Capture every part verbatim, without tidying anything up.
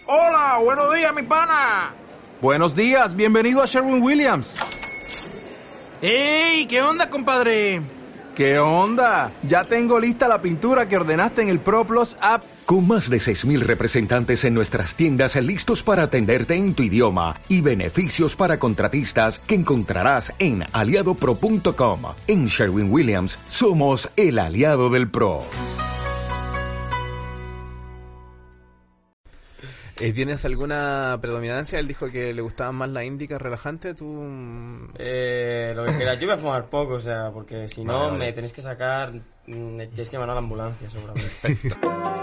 Hola, buenos días, mi pana. Buenos días, bienvenido a Sherwin-Williams. ¡Ey! ¿Qué onda, compadre? ¿Qué onda? Ya tengo lista la pintura que ordenaste en el ProPlus app. Con más de seis mil representantes en nuestras tiendas listos para atenderte en tu idioma y beneficios para contratistas que encontrarás en aliado pro punto com. En Sherwin-Williams somos el aliado del pro. ¿Tienes alguna predominancia? Él dijo que le gustaban más la índica relajante. ¿Tú...? Eh, lo que quieras. Yo voy a fumar poco, o sea, porque si no vale, vale. me tenéis que sacar... Me tenéis que mandar a la ambulancia, seguramente. Perfecto.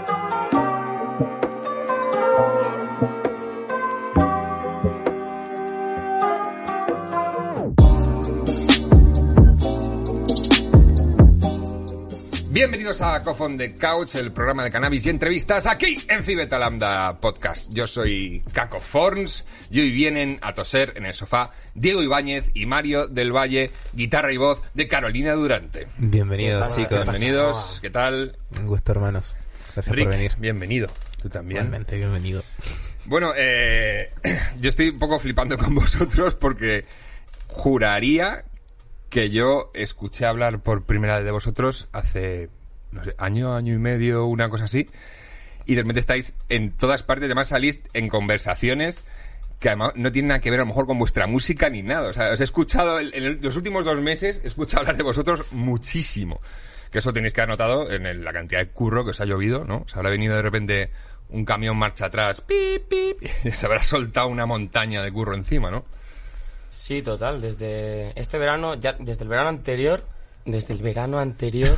Bienvenidos a Cough on the Couch, el programa de cannabis y entrevistas aquí en Phi Beta Lambda Podcast. Yo soy Caco Forns y hoy vienen a toser en el sofá Diego Ibáñez y Mario del Valle, guitarra y voz de Carolina Durante. Bienvenidos, chicos. Bienvenidos, ¿qué tal? Un gusto, hermanos. Gracias Rick, por venir. Bienvenido. Tú también. Igualmente, bienvenido. Bueno, eh, yo estoy un poco flipando con vosotros porque juraría que yo escuché hablar por primera vez de vosotros hace, no sé, año, año y medio, una cosa así, y de repente estáis en todas partes, además salís en conversaciones que además no tienen nada que ver a lo mejor con vuestra música ni nada. O sea, os he escuchado, en, en los últimos dos meses, he escuchado hablar de vosotros muchísimo. Que eso tenéis que haber notado en el, la cantidad de curro que os ha llovido, ¿no? Os habrá venido de repente un camión marcha atrás, pip, pip, y se habrá soltado una montaña de curro encima, ¿no? Sí, total. Desde este verano, ya desde el verano anterior, desde el verano anterior,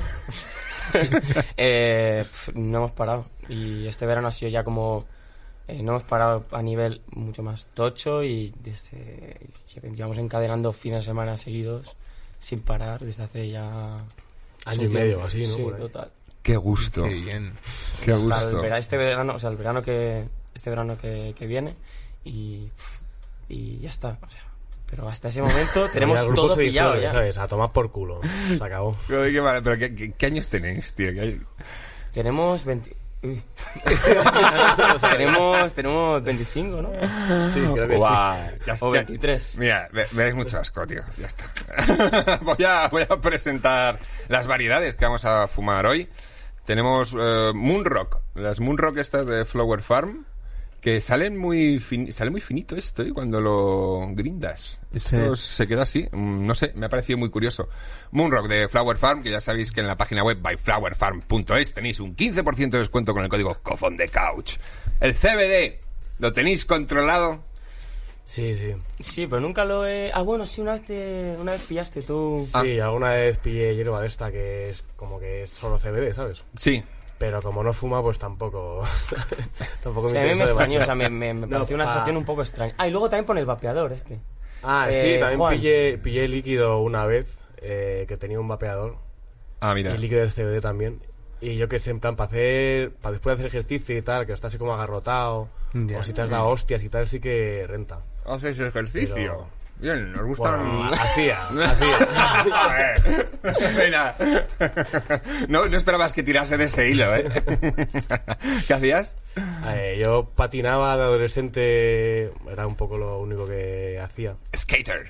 eh, pf, no hemos parado. Y este verano ha sido ya como... Eh, no hemos parado a nivel mucho más tocho y desde llevamos encadenando fines de semana seguidos sin parar desde hace ya... Año y medio o así, ¿no? Sí, Por ahí. total. Qué gusto. Qué bien. Qué Hasta gusto. el vera- este verano, o sea, el verano que... Este verano que, que viene y... Y ya está, o sea... Pero hasta ese momento tenemos Ya el grupo todo se pillado disuelve, ya. ¿sabes? A tomar por culo. Se acabó. Pero, qué, vale, pero ¿qué, qué, qué años tenéis, tío? ¿Qué hay? Tenemos veinte... Uy. tenemos, tenemos veinticinco, ¿no? Sí, creo que Guau, sí. ya O está. veintitrés. Mira, me, me dais mucho asco, tío. Ya está. voy, a, voy a presentar las variedades que vamos a fumar hoy. Tenemos eh, Moonrock, las Moonrock estas de Flower Farm, que salen muy fin, sale muy finito esto, ¿eh? Cuando lo grindas. Esto Sí. se queda así. Mm, No sé, me ha parecido muy curioso. Moonrock de Flower Farm, que ya sabéis que en la página web by flower farm punto es tenéis un quince por ciento de descuento con el código Cough on the Couch. El C B D, ¿lo tenéis controlado? Sí, sí. Sí, pero nunca lo he... Ah, bueno, sí, una vez, te... una vez pillaste tú... Sí, alguna vez pillé hierba de esta que es como que es solo C B D, ¿sabes? Sí. Pero como no fuma, pues tampoco... tampoco Sí, me a mí me interesa extrañó, o sea, demasiado. me, me, me No, pareció una pa- sensación un poco extraña. Ah, y luego también pone el vapeador este. Ah, Eh, sí, también Juan. pillé, pillé líquido una vez, eh, que tenía un vapeador. Ah, mira. Y líquido de C B D también. Y yo que sé, en plan, para hacer... Para después de hacer ejercicio y tal, que estás así como agarrotado, Ya. o si te has dado hostias y tal, sí que renta. ¿Haces ejercicio? Pero- Bien, nos gustan... Bueno, hacía, hacía. Joder. Venga. No, no esperabas que tirase de ese hilo, ¿eh? ¿Qué hacías? Eh, yo patinaba de adolescente, era un poco lo único que hacía. Skater.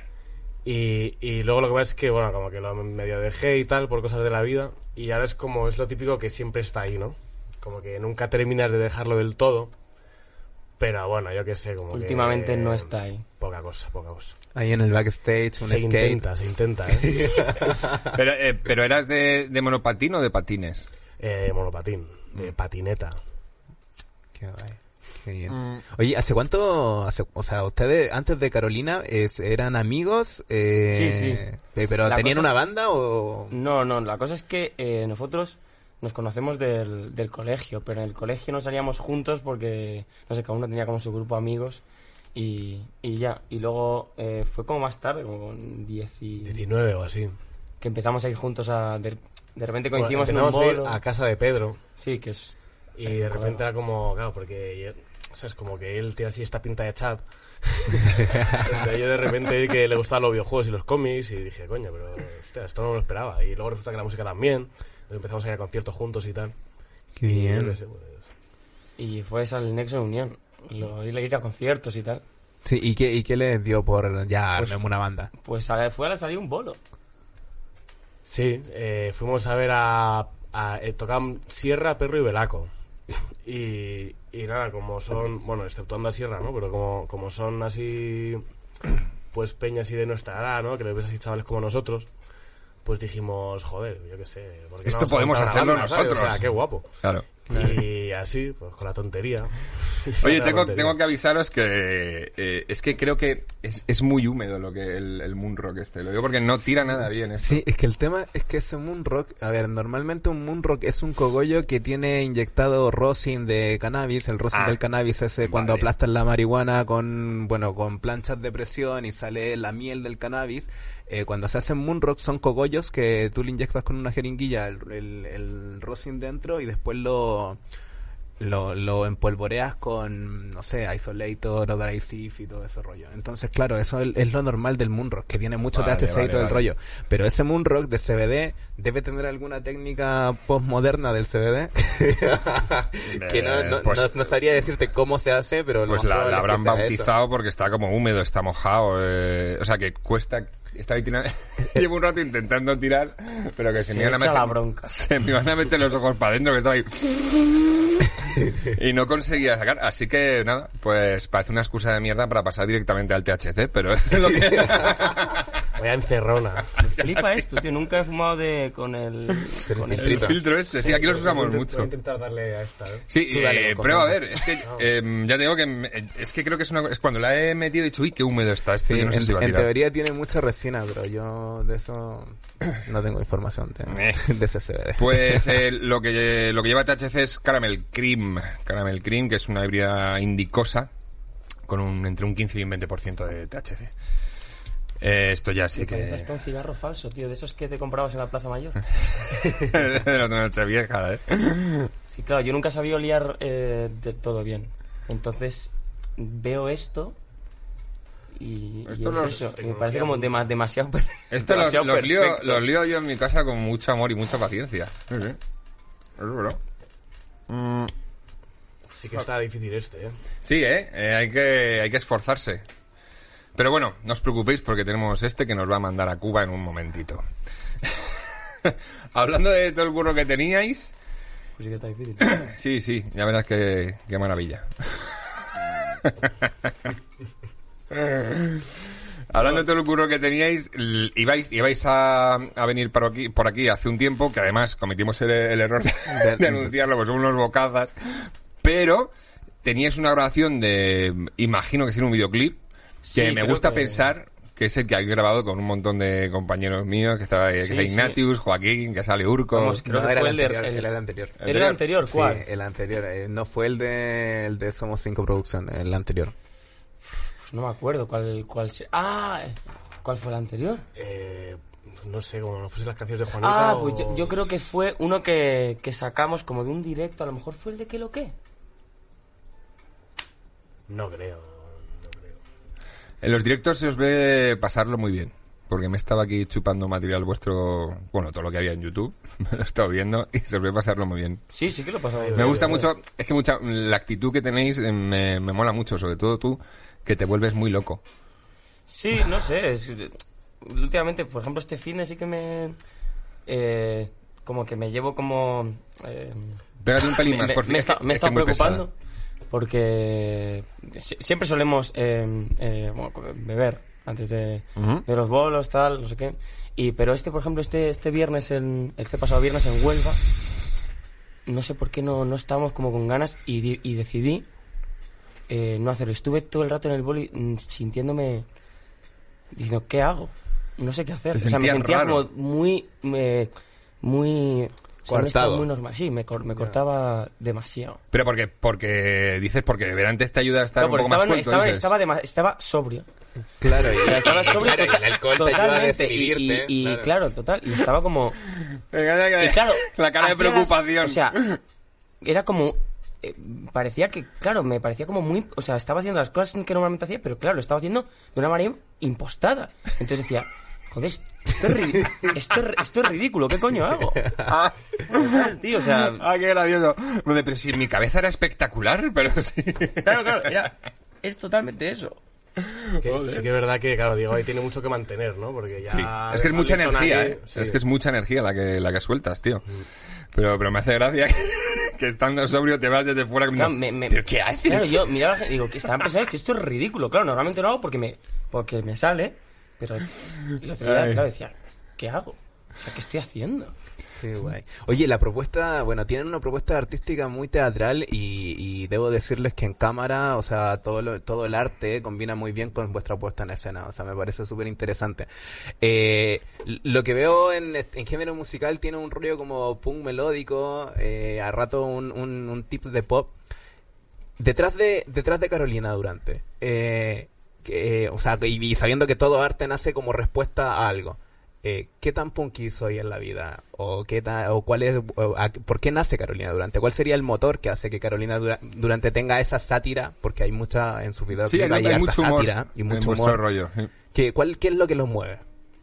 Y, y luego lo que pasa es que, bueno, como que lo medio dejé y tal por cosas de la vida. Y ahora es como, es lo típico que siempre está ahí, ¿no? Como que nunca terminas de dejarlo del todo. Pero bueno, yo qué sé, como Últimamente que, no está ahí. Poca cosa, poca cosa. Ahí en el backstage, un Se skate. intenta, se intenta, ¿eh? Pero, eh, ¿pero eras de, de monopatín o de patines? eh monopatín, de patineta. Qué guay. Qué bien. Oye, ¿hace cuánto, hace- o sea, ustedes antes de Carolina es- eran amigos? Eh, Sí, sí. eh, ¿Pero La tenían cosa una es- banda o...? No, no, la cosa es que eh, nosotros nos conocemos del, del colegio, pero en el colegio no salíamos juntos porque, no sé, cada uno tenía como su grupo de amigos y, y ya. Y luego eh, fue como más tarde, como con diez y... diecinueve o así. que empezamos a ir juntos a... De, de repente Bueno, coincidimos en un empezamos a ir bolo. a casa de Pedro. Sí, que es... Y de repente era como, claro, porque yo- o sea, es como que él tiene así esta pinta de chat. Entonces yo de repente vi que le gustaban los videojuegos y los cómics y dije, coño, pero hostia, esto no me lo esperaba. Y luego resulta que la música también. Entonces empezamos a ir a conciertos juntos y tal. Qué Y yo bien. qué sé, pues, Y fue ese el nexo de unión. lo, ir a conciertos y tal. Sí, ¿y qué, y qué les dio por ya Pues- armemos una banda? Pues a- fue a la salida un bolo. Sí, eh, fuimos a ver a... a eh, tocaban Sierra, Perro y Belaco. Y, y nada, como son... Bueno, exceptuando a Sierra, ¿no? Pero como, como son así... Pues peñas y de nuestra edad, ¿no? Que les ves así chavales como nosotros. Pues dijimos, joder, yo qué sé. ¿por qué no Esto vamos a podemos montar una hacerlo banda, ¿sabes? nosotros. O sea, qué guapo. Claro. Y así, pues con la tontería. Oye, La tengo, tontería. tengo que avisaros que eh, es que creo que es, es muy húmedo lo que el, el Moonrock este. Lo digo porque no tira nada bien esto. Sí, es que el tema es que ese Moonrock, a ver, normalmente un Moonrock es un cogollo que tiene inyectado rosin de cannabis, el rosin Ah, del cannabis ese cuando vale. aplastan la marihuana con, bueno, con planchas de presión y sale la miel del cannabis. Eh, cuando se hacen Moonrock son cogollos que tú le inyectas con una jeringuilla el, el, el rosin dentro y después lo... Lo, lo empolvoreas con, no sé, Isolator o Dry Sif y todo ese rollo. Entonces, claro, eso es, es lo normal del Moonrock, que tiene mucho Vale, T H C vale, y todo el vale. rollo. Pero ese Moonrock de C B D debe tener alguna técnica postmoderna del C B D. que no, no, pues- no, no sabría decirte cómo se hace, pero lo Pues más la, probable la es que habrán sea eso. bautizado porque está como húmedo, está mojado. eh, o sea, que cuesta... Está ahí tirando... Llevo un rato intentando tirar, pero que se, Se me, iban a echa meter, la bronca. se me iban a meter los ojos para adentro, que estaba ahí... y no conseguía sacar. Así que, nada, pues parece una excusa de mierda para pasar directamente al T H C, pero es lo que... Vaya encerrona. Flipa esto, tío. Nunca he fumado de con el... con el el- filtro este, sí, aquí los usamos Voy a mucho. intentar darle a esta, ¿eh? Sí, Tú dale, eh, con prueba a confianza. ver, es que eh, ya te digo que me- es que creo que es una es cuando la he metido he dicho, uy, qué húmedo está esto, Sí, yo no sé en, si va a en tirar. teoría tiene mucha resina, pero yo de eso no tengo información de, Eh. de ese C B D. Pues eh, lo que lo que lleva T H C es Caramel Cream, Caramel Cream, que es una híbrida indicosa con un entre un quince y un veinte por ciento de T H C. Eh, esto ya sí Me que parece hasta un cigarro falso, tío. De esos que te comprabas en la Plaza Mayor. de la noche vieja, ¿eh? Sí, claro, yo nunca sabía liar eh, de todo bien. Entonces veo esto y, y Esto es los- eso. Y me tecnología parece como muy- dema- demasiado, per- Esto los, demasiado los lío, perfecto. los lío yo en mi casa con mucho amor y mucha paciencia. Sí, sí. Es verdad. Mm, Sí que está difícil este, ¿eh? Sí, ¿eh? Eh, hay, que, hay que esforzarse. Pero bueno, no os preocupéis porque tenemos este que nos va a mandar a Cuba en un momentito. Hablando de todo el curro que teníais... Pues sí que está difícil. Sí, sí, ya verás qué, qué maravilla. Hablando de todo el curro que teníais, l- ibais, ibais a, a venir por aquí, por aquí hace un tiempo, que además cometimos el, el error de, de anunciarlo, pues somos unos bocazas, pero teníais una grabación de, imagino que es un videoclip, Sí, que me creo gusta que- pensar que es el que habéis grabado con un montón de compañeros míos, que estaba ahí, que Sí, está sí. Ignatius, Joaquín, que sale Urco. Vamos, creo No, que era fue el el, de- anterior, el- era el anterior. ¿Era el anterior? ¿Cuál? Sí, el anterior. eh, no fue el de, el de Somos Cinco Producción, el anterior. Pues no me acuerdo cuál, cuál se... Ah, ¿cuál fue el anterior? Eh, no sé, como no fuesen las canciones de Juanita. Ah, o- pues yo, yo creo que fue uno que, que sacamos como de un directo. A lo mejor fue el de ¿Qué lo qué? No creo. En los directos se os ve pasarlo muy bien, porque me estaba aquí chupando material vuestro, bueno, todo lo que había en YouTube, me lo he estado viendo y se os ve pasarlo muy bien. Sí, sí que lo pasamos. Me gusta mucho, es que mucha, la actitud que tenéis eh, me, me mola mucho, sobre todo tú, que te vuelves muy loco. Sí, no sé. es- últimamente, por ejemplo, este fin de sí que me... eh, como que me llevo como... eh, Pégate un pelín me, más, me- por fin. me he es que- estado, me he es que estado muy preocupando pesada. porque si- siempre solemos eh, eh, bueno, beber antes de, Ujú. de los bolos, tal, no sé qué. Y, pero este, por ejemplo, este este viernes, en, este pasado viernes en Huelva, no sé por qué no, no estábamos como con ganas y, di- y decidí eh, no hacerlo. Estuve todo el rato en el boli mm, sintiéndome diciendo, ¿qué hago? No sé qué hacer. Te O sea, me sentías sentía raro. como muy... me- muy... o sea, un estado Coartado. muy normal. Sí, me, cor- me cortaba demasiado. Pero porque, porque dices, porque beber antes te ayuda a estar Claro, un porque poco más estaba, suelto, estaba, dices. estaba, dema- estaba sobrio. Claro, O sea, estaba sobrio claro, y total- el alcohol te ayuda a totalmente. Y, y- desinhibirte, y, claro. claro, total. Y estaba como... Venga, Y claro, la cara de hacía las- preocupación. o sea, era como... eh, parecía que, claro, me parecía como muy... O sea, estaba haciendo las cosas que normalmente hacía, pero claro, lo estaba haciendo de una manera impostada. Entonces decía, joder, esto es, ri- esto, es, esto es ridículo, ¿qué coño hago? Ah, Total, tío, o sea... ah, qué gracioso. Lo de, pero si en mi cabeza era espectacular, pero sí. Claro, claro, era, es totalmente eso. Que, sí que es verdad que, claro, Diego ahí tiene mucho que mantener, ¿no? Porque ya... Sí, es que es mucha deja listo energía, nadie, ¿eh? sí. Es que es mucha energía la que, la que sueltas, tío. Pero, pero me hace gracia que, que estando sobrio te vas desde fuera como... Claro, me- me- ¿Pero qué haces? Claro, yo miraba a la gente y digo, que estaban pensando que esto es ridículo. Claro, normalmente no hago porque me, porque me sale, pero el otro día, Ay. claro, decía, ¿qué hago? O sea, ¿qué estoy haciendo? Qué guay. Oye, la propuesta, bueno, tienen una propuesta artística muy teatral y, y debo decirles que en cámara, o sea, todo lo- todo el arte combina muy bien con vuestra puesta en escena, o sea, me parece súper interesante. Eh, l- lo que veo en, en género musical tiene un rollo como punk melódico, eh, a rato un, un, un tip de pop. Detrás de, detrás de Carolina Durante, eh, que, o sea, y, y sabiendo que todo arte nace como respuesta a algo. Eh, ¿Qué tan punky soy en la vida? ¿O qué ta- o cuál es, o a- por qué nace Carolina Durante? ¿Cuál sería el motor que hace que Carolina Dura- Durante tenga esa sátira? Porque hay mucha, en sus videos Sí, hay, hay hay harta mucho humor sátira y en mucho vuestro humor. rollo. sí. ¿Qué, cuál, ¿Qué es lo que los mueve?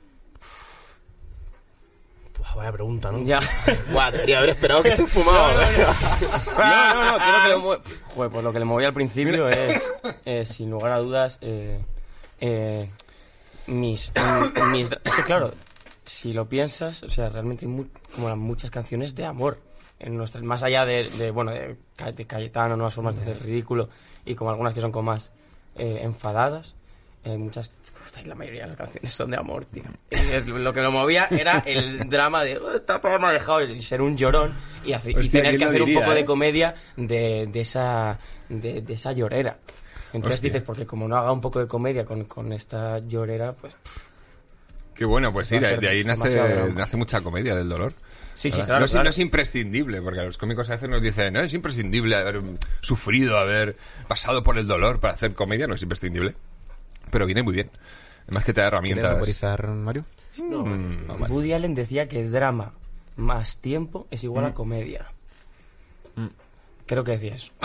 Buah, vaya pregunta, ¿no? Ya. Buah, debería haber esperado que estés fumado. No, no, no, creo que lo mue- Joder, pues lo que le movía al principio es, eh, sin lugar a dudas, eh, eh, mis, mm, mis... Es que claro, si lo piensas, o sea, realmente hay mu- como muchas canciones de amor. En nuestra, más allá de, de, bueno, de, Ca- de Cayetano, nuevas formas de hacer ridículo, y como algunas que son como más eh, enfadadas, eh, muchas... Uf, la mayoría de las canciones son de amor, tío. Y es- lo que lo movía era el drama de "Oh, esta pava me ha dejado", y ser un llorón y, hace- y Hostia, tener ¿quién que lo hacer diría, un poco eh? de comedia de, de esa de, de esa llorera. Entonces Hostia. dices, porque como no haga un poco de comedia con, con esta llorera, pues... pff, Qué bueno, pues sí, Va a de, ser de ahí nace, demasiado drama. nace mucha comedia del dolor. Sí, sí, ¿Verdad? claro, no, es, claro. no es imprescindible, porque a los cómicos a veces nos dicen, no, es imprescindible haber mm, sufrido, haber pasado por el dolor para hacer comedia, no es imprescindible. Pero viene muy bien. Además que te da ¿Quieres herramientas. vaporizar, Mario? No, Mm, Woody Allen decía que drama más tiempo es igual a comedia. Creo que decía eso.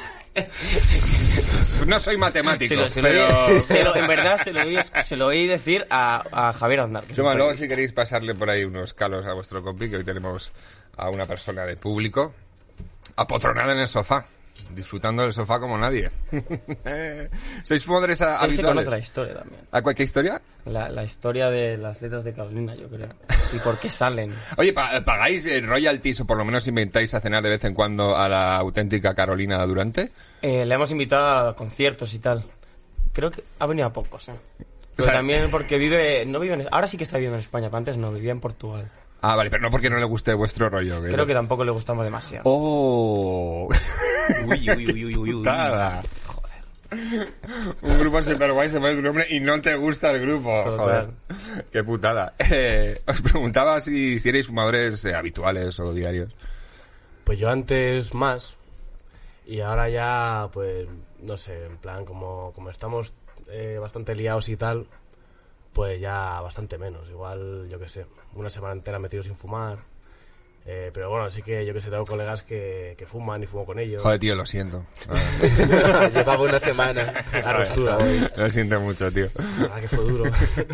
no soy matemático, Se lo, se lo pero... oí- se lo- en verdad se lo oí, se lo oí decir a, a Javier Aznar. Que es un Toma, luego periodista. si queréis pasarle por ahí unos calos a vuestro compi, que hoy tenemos a una persona de público apotronada en el sofá, disfrutando del sofá como nadie. ¿Sois fumadores a- Él se habituales? conoce la historia también. ¿A cualquier historia? La, la historia de las letras de Carolina, yo creo. Y por qué salen. Oye, pa- ¿pagáis eh, royalties o por lo menos inventáis a cenar de vez en cuando a la auténtica Carolina Durante? Eh, le hemos invitado a conciertos y tal. Creo que ha venido a pocos, ¿eh? Pero sea- también porque vive... no vive en, ahora sí que está viviendo en España, pero antes no, vivía en Portugal. Ah, vale, pero no porque no le guste vuestro rollo. Creo que tampoco le gustamos demasiado. ¡Oh! Uy, uy, uy, uy, uy, uy. Putada. Joder. Un grupo super guay se pone tu nombre y no te gusta el grupo. Total. Joder. Qué putada. Eh, os preguntaba si, si erais fumadores eh, habituales o diarios. Pues yo antes más, y ahora ya, pues, no sé, en plan, como, como estamos eh, bastante liados y tal, pues ya bastante menos. Igual, yo qué sé, una semana entera metido sin fumar. Eh, pero bueno, sí que yo que sé, tengo colegas que, que fuman y fumo con ellos. Joder, tío, lo siento. Llevaba una semana. La ruptura, güey. Lo siento mucho, tío. La verdad que fue duro.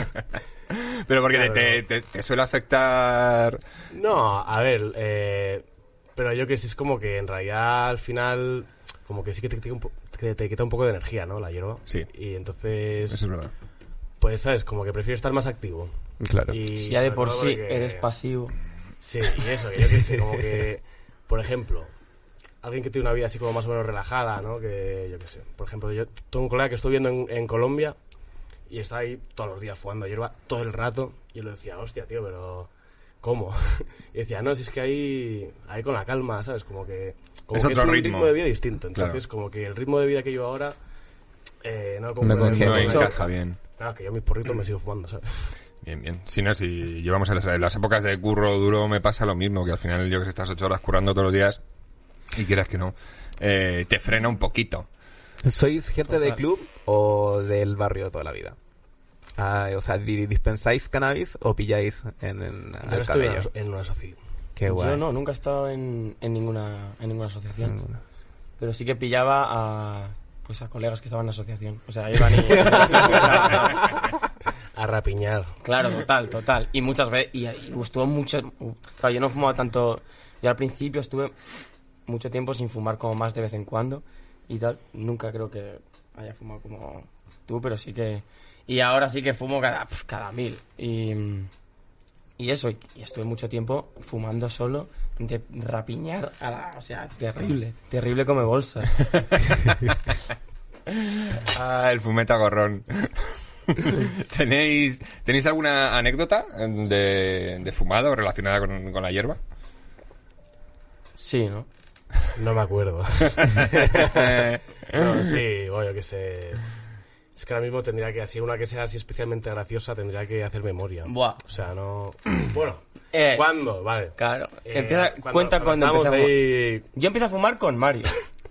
Pero porque Claro. te, te, te suele afectar... No, a ver, eh, pero yo que sí es como que en realidad al final, como que sí que te, te, un po- que te quita un poco de energía, ¿no? La hierba. Sí. Y entonces, Eso es verdad. pues, ¿sabes? Como que prefiero estar más activo. Claro. Y Si ya de sobre por todo sí porque- eres pasivo. Sí, y eso, que yo que sé, como que, por ejemplo, alguien que tiene una vida así como más o menos relajada, ¿no? Que yo que sé, por ejemplo, yo tengo un colega que estoy viendo en, en Colombia y está ahí todos los días fumando hierba todo el rato y yo le decía, hostia, tío, pero ¿cómo? Y decía, no, si es que ahí, ahí con la calma, ¿sabes? Como que, como Es que otro es un ritmo. ritmo de vida distinto, entonces Claro. como que el ritmo de vida que llevo ahora eh, no, como No que conge- No me encaja choca. bien. Claro, que yo mis porritos me sigo fumando, ¿sabes? Bien, bien. Si no, si llevamos a las, en las épocas de curro duro me pasa lo mismo, que al final yo que sé, estás ocho horas currando todos los días y quieras que no, eh, te frena un poquito. ¿Sois gente de Total. club o del barrio toda la vida? Ah, o sea, di- ¿dispensáis cannabis o pilláis en, en Yo al estoy en cabello? una, en una asociación. Qué guay. Yo no, nunca he estado en, en ninguna en ninguna asociación. Pero sí que pillaba a pues a colegas que estaban en asociación. O sea, iban y... A A rapiñar. Claro, total, total. Y muchas veces, y, y estuvo mucho... Claro, yo no fumaba tanto... Yo al principio estuve mucho tiempo sin fumar como más de vez en cuando y tal. Nunca creo que haya fumado como tú, pero sí que... Y ahora sí que fumo cada, cada mil. Y, y eso, y, y estuve mucho tiempo fumando solo, de rapiñar a la... O sea, terrible, terrible come bolsas. Ah, el fumeta gorrón. ¿Tenéis, ¿Tenéis alguna anécdota de, de fumado relacionada con, con la hierba? Sí, ¿no? No me acuerdo. No, sí, bueno, yo qué sé. Es que ahora mismo tendría que, así una que sea así especialmente graciosa, tendría que hacer memoria. Buah. O sea, no... Bueno, Eh, ¿cuándo? Vale. Claro. Eh, Empieza, cuando- cuenta cuando cuando, estábamos empezamos. ahí- Yo empiezo a fumar con Mario.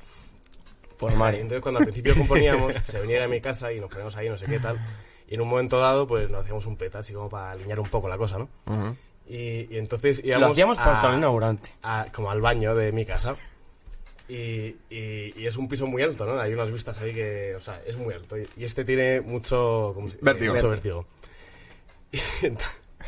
Por Mario. Entonces, cuando al principio componíamos, se venía a mi casa y nos poníamos ahí, no sé qué tal. Y en un momento dado, pues nos hacíamos un peta, así como para alinear un poco la cosa, ¿no? Uh-huh. Y, y entonces íbamos Lo hacíamos por a- Carolina Durante. a- como al baño de mi casa. Y, y, y es un piso muy alto, ¿no? Hay unas vistas ahí que, o sea, es muy alto. Y, y este tiene mucho... ¿cómo se- Vértigo. Mucho vértigo. Y, ent-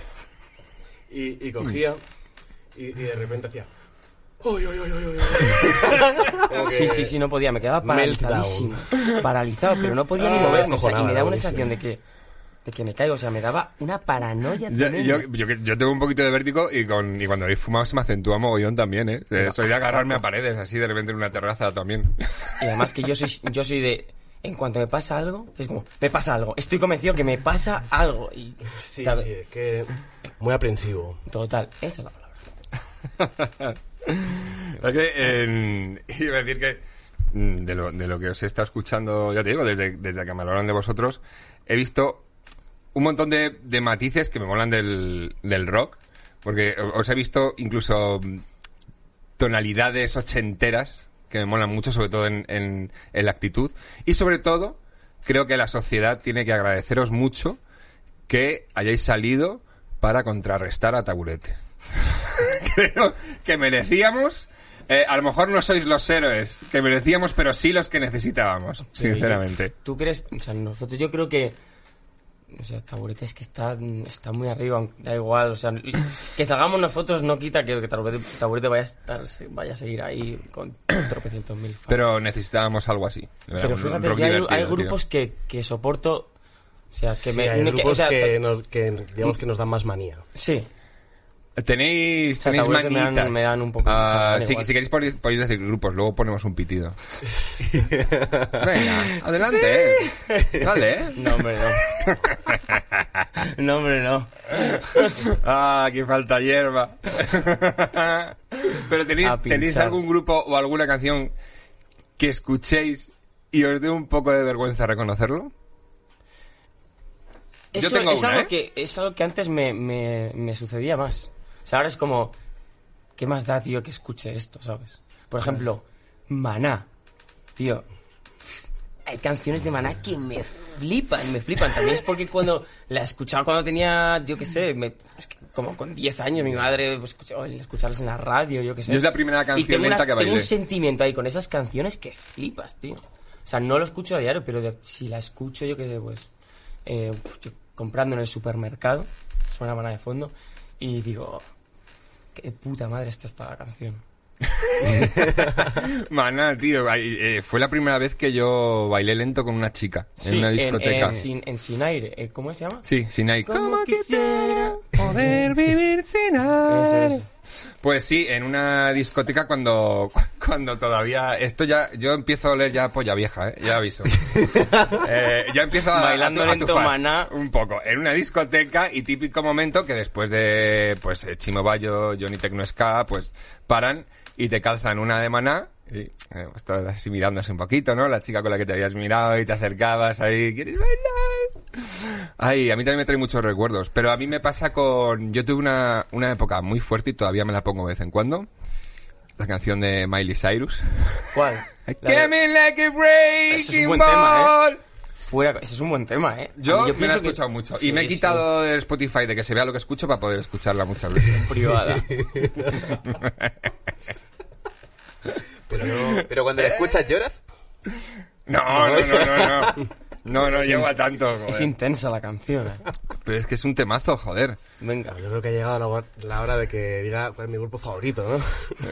y, y cogía y, y de repente hacía... ¡Uy, uy, uy, uy, uy! Como que- Sí, sí, sí, no podía. Me quedaba paralizadísimo. Paralizado, pero no podía ni Ah, moverme. O sea, y cojonada, me daba una buenísimo. sensación de que, de que me caigo. O sea, me daba una paranoia Yo, tremenda. yo, yo, yo tengo un poquito de vértigo y, con, y cuando habéis fumado se me acentúa mogollón también, ¿eh? Eh, soy de agarrarme a paredes así de repente en una terraza también. Y además que yo soy, yo soy de... En cuanto me pasa algo, es como, me pasa algo. Estoy convencido que me pasa algo. Y, Sí, tal- sí, es que... Muy aprensivo. Total, esa es la palabra. Es que, eh, iba a decir que mm, de lo, de lo que os he estado escuchando, ya te digo, desde, desde que me hablaron de vosotros, he visto un montón de, de matices que me molan del, del rock, porque os he visto incluso mm, tonalidades ochenteras que me molan mucho, sobre todo en, en, en la actitud, y sobre todo creo que la sociedad tiene que agradeceros mucho que hayáis salido para contrarrestar a Taburete. Creo que merecíamos, eh, a lo mejor no sois los héroes que merecíamos, pero sí los que necesitábamos, sinceramente. ¿Tú crees? O sea, nosotros yo creo que... O sea, Taburete es que está, está muy arriba, aunque da igual, o sea, que salgamos nosotros no quita que, que Taburete, Taburete vaya a estar, vaya a seguir ahí con tropecientos mil fans. Pero necesitábamos algo así. Pero Un fíjate rock que hay, divertido, hay tío. grupos que, que soporto, o sea, que Sí, me... hay que- grupos o sea, que, ta- nos, que digamos que nos dan más manía. Sí, Tenéis, O sea, tenéis Taburete me dan- manitas. me dan un poco- Ah, o sea, me dan si, igual. si queréis podéis, podéis decir grupos, luego ponemos un pitido. Venga, adelante. eh. Dale, ¿eh? no, hombre, no. No, hombre, no. Ah, aquí falta hierba. Pero tenéis, A ¿tenéis pinchar. algún grupo o alguna canción que escuchéis y os dé un poco de vergüenza reconocerlo? Yo Eso tengo es, una, algo ¿eh? que, es algo que antes me, me, me sucedía más. O sea, ahora es como, ¿qué más da, tío, que escuche esto, sabes? Por ejemplo, Maná. Tío, hay canciones de Maná que me flipan, me flipan. También es porque cuando la escuchaba cuando tenía, yo qué sé, me- es que como con diez años, mi madre pues, escuchaba, escucharlas en la radio, yo qué sé. Yo es la primera Y canción tengo, lenta unas- que tengo un bailé. sentimiento ahí con esas canciones que flipas, tío. O sea, no lo escucho a diario, pero de- si la escucho, yo qué sé, pues... eh, pues, yo comprando en el supermercado, suena Maná de fondo, y digo, qué de puta madre está esta canción. Maná, tío, ay, eh, fue la primera vez que yo bailé lento con una chica en una discoteca. En, sin, en Sin Aire, eh, ¿cómo se llama? Sí, sin aire. Como quisiera poder vivir sin aire. Eso, eso. Pues sí, en una discoteca cuando cuando todavía... Esto ya... Yo empiezo a oler ya polla vieja, ¿eh? Ya aviso. Eh, ya empiezo a... Bailando a, tu- a lento tufar Maná. un poco. En una discoteca y típico momento que después de... Pues eh, Chimo Bayo, Johnny Tecno Ska, pues paran y te calzan una de Maná. Y eh, pues todas así mirándose un poquito, ¿no? La chica con la que te habías mirado y te acercabas ahí. ¿Quieres bailar? Ay, a mí también me trae muchos recuerdos. Pero a mí me pasa con... Yo tuve una, una época muy fuerte y todavía me la pongo de vez en cuando. La canción de Miley Cyrus. ¿Cuál? La Give de- me like a breaking Eso es un buen tema, ¿eh? ball. Fuera, ese es un buen tema, ¿eh? A mí Yo, me la he pienso que- escuchado mucho. Sí, y me he sí. quitado del Spotify de que se vea lo que escucho para poder escucharla muchas veces. Privada. Pero, no, pero cuando la escuchas lloras. No, no, no, no, no. No, no Es llego in- a tanto, joder. Es intensa la canción, eh. Pero es que es un temazo, joder. Venga. Yo creo que ha llegado la, hora- la hora de que diga cuál es mi grupo favorito, ¿no?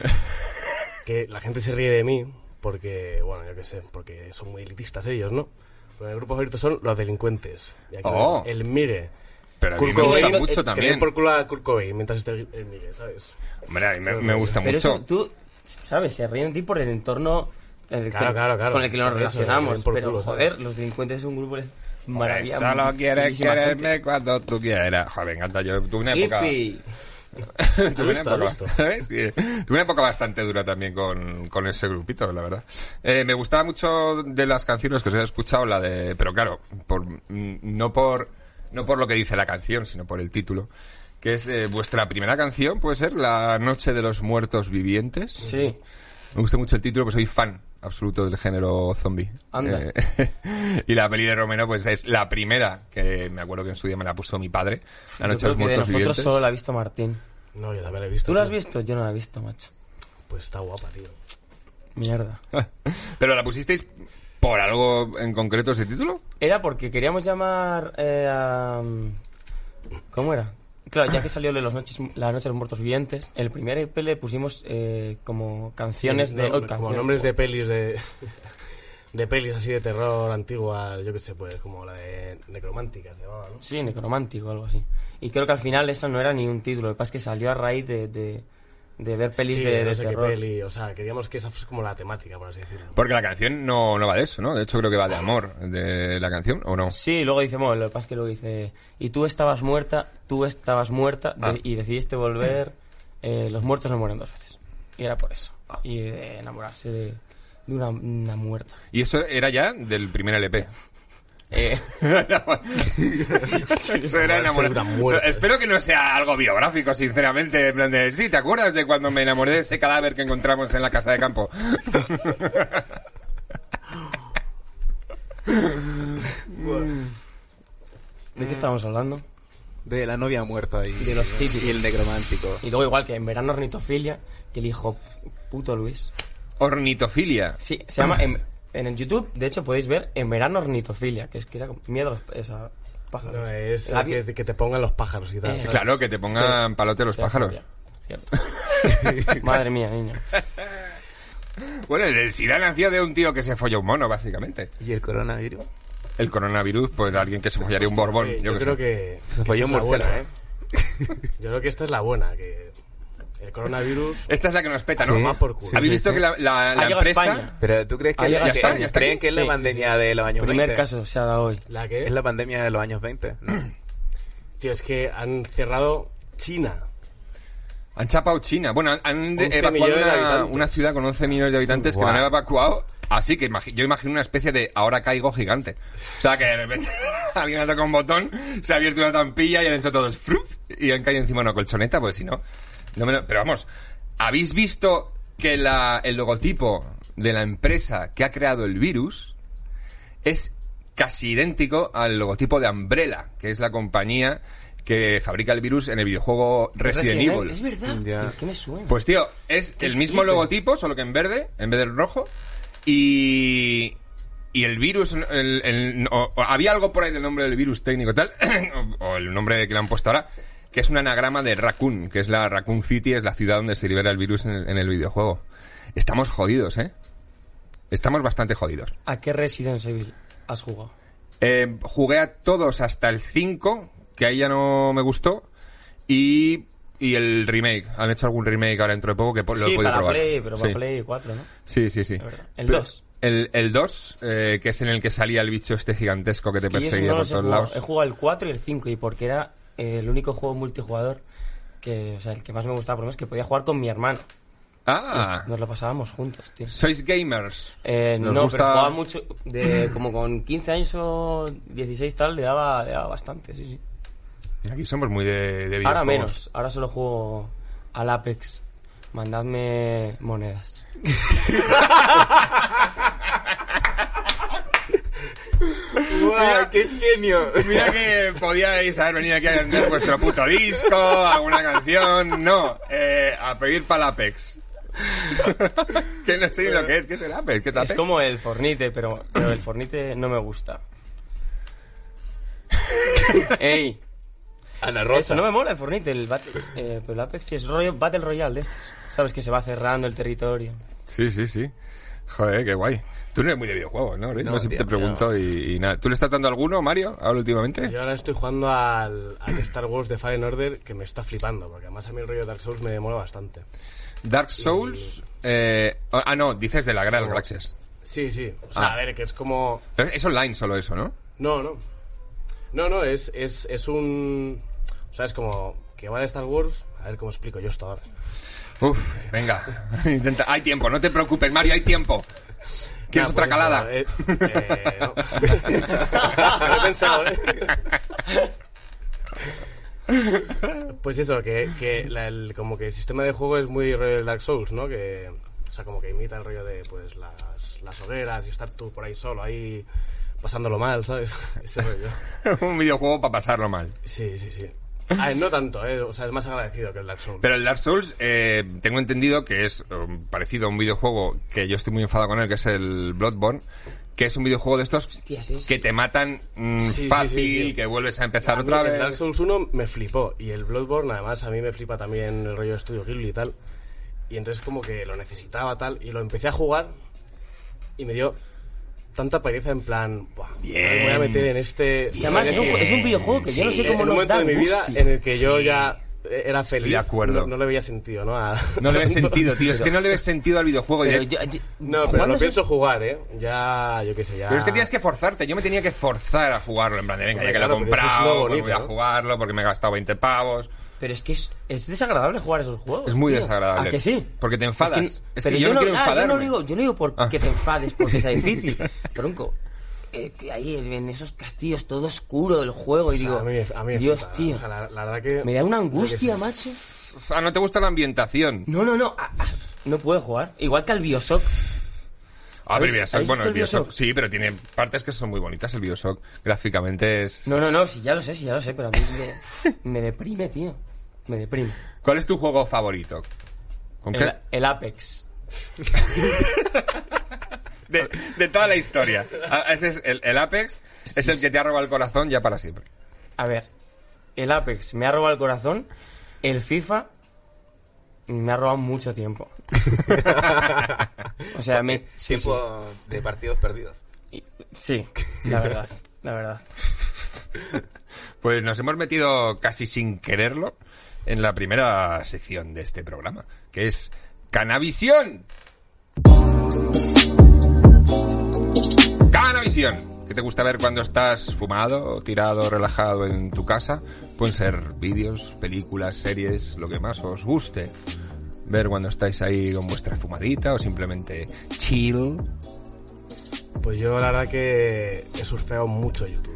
Que la gente se ríe de mí porque, bueno, yo qué sé, porque son muy elitistas ellos, ¿no? Pero mi grupo favorito son los delincuentes. Y aquí Oh. El Migue. Pero a mí Kurt me gusta Cobain, mucho eh, que también. den por culo a Kurt Cobain mientras esté el Migue, ¿sabes? Hombre, a mí me, me gusta Pero mucho. eso, tú, ¿sabes? Se ríen de ti por el entorno en el Claro, que- claro, claro. con el que nos Por eso, relacionamos. ven por Pero, culo, ¿sabes? joder, los delincuentes es un grupo de maravilla. Solo quieres bellísima quererme gente. cuando tú quieras. Joder, me encanta. Yo tuve una época... Hippie. tuve, una visto? ¿Has época, ¿sabes? Sí. Tuve una época bastante dura también con, con ese grupito, la verdad. Eh, me gustaba mucho de las canciones que os he escuchado, la de... Pero claro, por, mm, no por no por lo que dice la canción, sino por el título. Que es eh, vuestra primera canción, ¿puede ser? La Noche de los Muertos Vivientes. Sí. Me gusta mucho el título, pues soy fan absoluto del género zombie. Anda. Eh, y la peli de Romero, pues es la primera, que me acuerdo que en su día me la puso mi padre, La Noche de Yo creo los que de Muertos nosotros Vivientes. solo la ha visto Martín. No, yo también la he visto. ¿Tú la has tío. visto? Yo no la he visto, macho. Pues está guapa, tío. Mierda. ¿Pero la pusisteis por algo en concreto ese título? Era porque queríamos llamar eh, a... ¿Cómo era? Claro, ya que salió de los noches, La Noche de los Muertos Vivientes, el primer E P le pusimos eh, como canciones Sí, de... no, oh, como canciones. nombres de pelis de... De pelis así de terror antiguas, yo qué sé, pues como la de Necromántica se llamaba, ¿no? Sí, necromántico o algo así. Y creo que al final esa no era ni un título, lo que pasa es que salió a raíz de, de, de ver pelis Sí, de, no de sé terror. qué peli, o sea, queríamos que esa fuese como la temática, por así decirlo. Porque la canción no, no va de eso, ¿no? De hecho creo que va de amor, de la canción, ¿o no? Sí, luego dice, bueno, lo que pasa es que luego dice, y tú estabas muerta, tú estabas muerta, de- Ah. y decidiste volver, eh, los muertos no mueren dos veces. Y era por eso. Ah. Y de enamorarse de, de una, una muerta. Y eso era ya del primer L P. Eh, Eso era enamorar. Una muerte. Espero que no sea algo biográfico, sinceramente. En plan de, sí, ¿te acuerdas de cuando me enamoré de ese cadáver que encontramos en la casa de campo? ¿De qué estábamos hablando? De la novia muerta y, De los típicos. y el necromántico. Y luego igual que en verano ornitofilia, que el hijo puto Luis. Ornitofilia. Sí, se llama... En, en el YouTube, de hecho, podéis ver en verano ornitofilia, que es que era como miedo a los esa pájaros. No, es La que, vi- que te pongan los pájaros y tal. Eh, ¿sabes? Claro, que te pongan palote a los Sí, pájaros. fobia, cierto. Madre mía, niño. Bueno, el SIDA nació de un tío que se folló un mono, básicamente. ¿Y el coronavirus? El coronavirus, pues alguien que se follaría un borbón. Eh, yo yo qué creo sé. que, Se que folló esta un es la murciélago, buena. Yo creo que esta es la buena, que el coronavirus Esta es la que nos peta, ¿no? Sí. va por culo. ¿Habéis sí, visto sí. que la, la, Ha la llegado a empresa... España. Pero ¿tú crees que, Ah, ya que- está, ya está creen aquí. que es la Sí, pandemia de los años Primer veinte? caso se ha dado hoy. ¿La que Es la pandemia de los años veinte. ¿no? Tío, es que han cerrado China. Han chapado China. Bueno, han, han once evacuado millones de una, habitantes. una ciudad con once millones de habitantes que Guau. la han evacuado. Así que imagi- yo imagino una especie de ahora caigo gigante. O sea, que de repente alguien ha tocado un botón, se ha abierto una tampilla y han hecho todos ¡frup! Y han caído encima una colchoneta, pues si no... no me lo- pero vamos, ¿habéis visto que la, el logotipo de la empresa que ha creado el virus es casi idéntico al logotipo de Umbrella, que es la compañía que fabrica el virus en el videojuego Resident, Evil? Es verdad. Ya. ¿Qué me suena? Pues tío, es el mismo flipe. logotipo, solo que en verde, en vez del rojo. Y... Y el virus... el- el- o- o había algo por ahí del nombre del virus técnico tal, o, o el nombre que le han puesto ahora, que es un anagrama de Raccoon, que es la Raccoon City, es la ciudad donde se libera el virus en el, en el videojuego. Estamos jodidos, ¿eh? Estamos bastante jodidos. ¿A qué Resident Evil has jugado? Eh, jugué a todos hasta el cinco, que ahí ya no me gustó, y, y el remake. Han hecho algún remake ahora dentro de poco que po- lo he Sí, podido para probar. Play, pero para Sí. Play cuatro, ¿no? Sí, sí, sí. Es verdad. El Pero- dos. El, el dos, eh, que es en el que salía el bicho este gigantesco que te Es que yo esos perseguía no por los he todos jugado. lados. He jugado el cuatro y el cinco, y porque era eh, el único juego multijugador que, o sea, el que más me gustaba por lo menos, que podía jugar con mi hermano. Ah, Nos, nos lo pasábamos juntos, tío. sois gamers. Eh, Nos no, gusta- pero jugaba mucho, de, como con quince años o dieciséis tal, le daba, le daba bastante, sí, sí. Aquí somos muy de, de Ahora videojuegos. menos, ahora solo juego al Apex. Mandadme monedas. ¡Guau! ¡Qué genio! Mira que podíais haber venido aquí a vender vuestro puto disco, alguna canción. No, eh, a pedir para el Apex. Que no sé ni lo que es. ¿Qué es el Apex? ¿Qué es el Apex? Es como el Fornite, pero, pero el Fornite no me gusta. ¡Ey! Ana Rosa. Eso no me mola el Fortnite, el, Battle, eh, pero el Apex sí es rollo Battle Royale de estos. Sabes que se va cerrando el territorio. Sí, sí, sí. Joder, qué guay. Tú no eres muy de videojuegos, ¿no? No, no sé si te pregunto y, y nada. ¿Tú le estás dando alguno, Mario, ahora últimamente? Yo ahora estoy jugando al, al Star Wars de Fallen Order, que me está flipando, porque además a mí el rollo de Dark Souls me mola bastante. Dark Souls... Y... Eh, ah, no, dices de la Guerra de las Galaxias. Sí, sí. O sea, ah. a ver, que es como... Pero es online solo eso, ¿no? No, no. No, no, es, es, es un... O sea, es como que va de Star Wars... A ver cómo explico yo esto ahora. Uf, venga. Intenta. Hay tiempo, no te preocupes, Mario, hay tiempo. ¿Quieres nah, otra pues calada? Eso, eh, eh, no. Lo he pensado, ¿eh? Pues eso, que, que la, el, como que el sistema de juego es muy rollo del Dark Souls, ¿no? Que, o sea, como que imita el rollo de pues las, las hogueras y estar tú por ahí solo, ahí pasándolo mal, ¿sabes? Ese rollo. Un videojuego para pasarlo mal. Sí, sí, sí. Ah, no tanto, ¿eh? O sea, es más agradecido que el Dark Souls. Pero el Dark Souls, eh, tengo entendido que es um, parecido a un videojuego que yo estoy muy enfadado con él, que es el Bloodborne, que es un videojuego de estos Hostia, sí, sí. que te matan mm, Sí, fácil, sí, sí, sí. que vuelves a empezar A otra mí vez. El Dark Souls uno me flipó, y el Bloodborne, además, a mí me flipa también el rollo de Estudio Ghibli y tal. Y entonces como que lo necesitaba tal, y lo empecé a jugar, y me dio tanta pereza en plan, buah, Bien. me voy a meter en este... Y además es un, es un videojuego que yo no sé cómo en un nos momento da de mi vida angustia. en el que yo Sí. ya era feliz, Estoy de acuerdo. No, no le veía sentido, ¿no? A- No le ves sentido, tío. Es que no le ves sentido al videojuego. Pero Y de- yo- yo- No, pero jugando lo eso- pienso jugar, ¿eh? Ya, yo qué sé, ya... Pero es que tienes que forzarte. Yo me tenía que forzar a jugarlo. En plan de, venga, Hombre, ya que lo he claro, pero eso es comprado, lo pues bonito, voy a ¿no? jugarlo porque me he gastado veinte pavos. Pero es que es, es desagradable jugar esos juegos. Es muy tío. desagradable. ¿A que sí? Porque te enfadas. Es Es que, que, pero yo, no quiero ah, yo enfadarme. no digo, yo no digo por Ah. que te enfades porque sea difícil. Tronco. Eh, que ahí en esos castillos todo oscuro del juego y O sea, digo, a mí, a mí me Dios, flipa, tío. O sea, la, la verdad que... Me da una yo angustia, qué sé. macho. Ah, ¿no te gusta la ambientación? No, no, no. ah, ah, no puedo jugar. Igual que al Bioshock. A ver, ¿Habéis- Bioshock, habéis bueno, visto el el Bioshock, Bioshock? sí, pero tiene partes que son muy bonitas. El Bioshock gráficamente es... No, no, no. Sí, ya lo sé, sí, ya lo sé. Pero a mí me, me deprime, tío. Me deprime. ¿Cuál es tu juego favorito? ¿Con El, qué? el Apex. De, de toda la historia. Ah, ese es el, el Apex es el que te ha robado el corazón ya para siempre. A ver. El Apex me ha robado el corazón. El FIFA me ha robado mucho tiempo. O sea, me... sí, sí. Tiempo de partidos perdidos. Y- Sí, la verdad, la verdad. Pues nos hemos metido casi sin quererlo en la primera sección de este programa, que es Canavisión. Canavisión. ¿Qué te gusta ver cuando estás fumado, tirado, relajado en tu casa? Pueden ser vídeos, películas, series, lo que más os guste. Ver cuando estáis ahí con vuestra fumadita o simplemente chill. Pues yo la verdad que he surfeado mucho YouTube.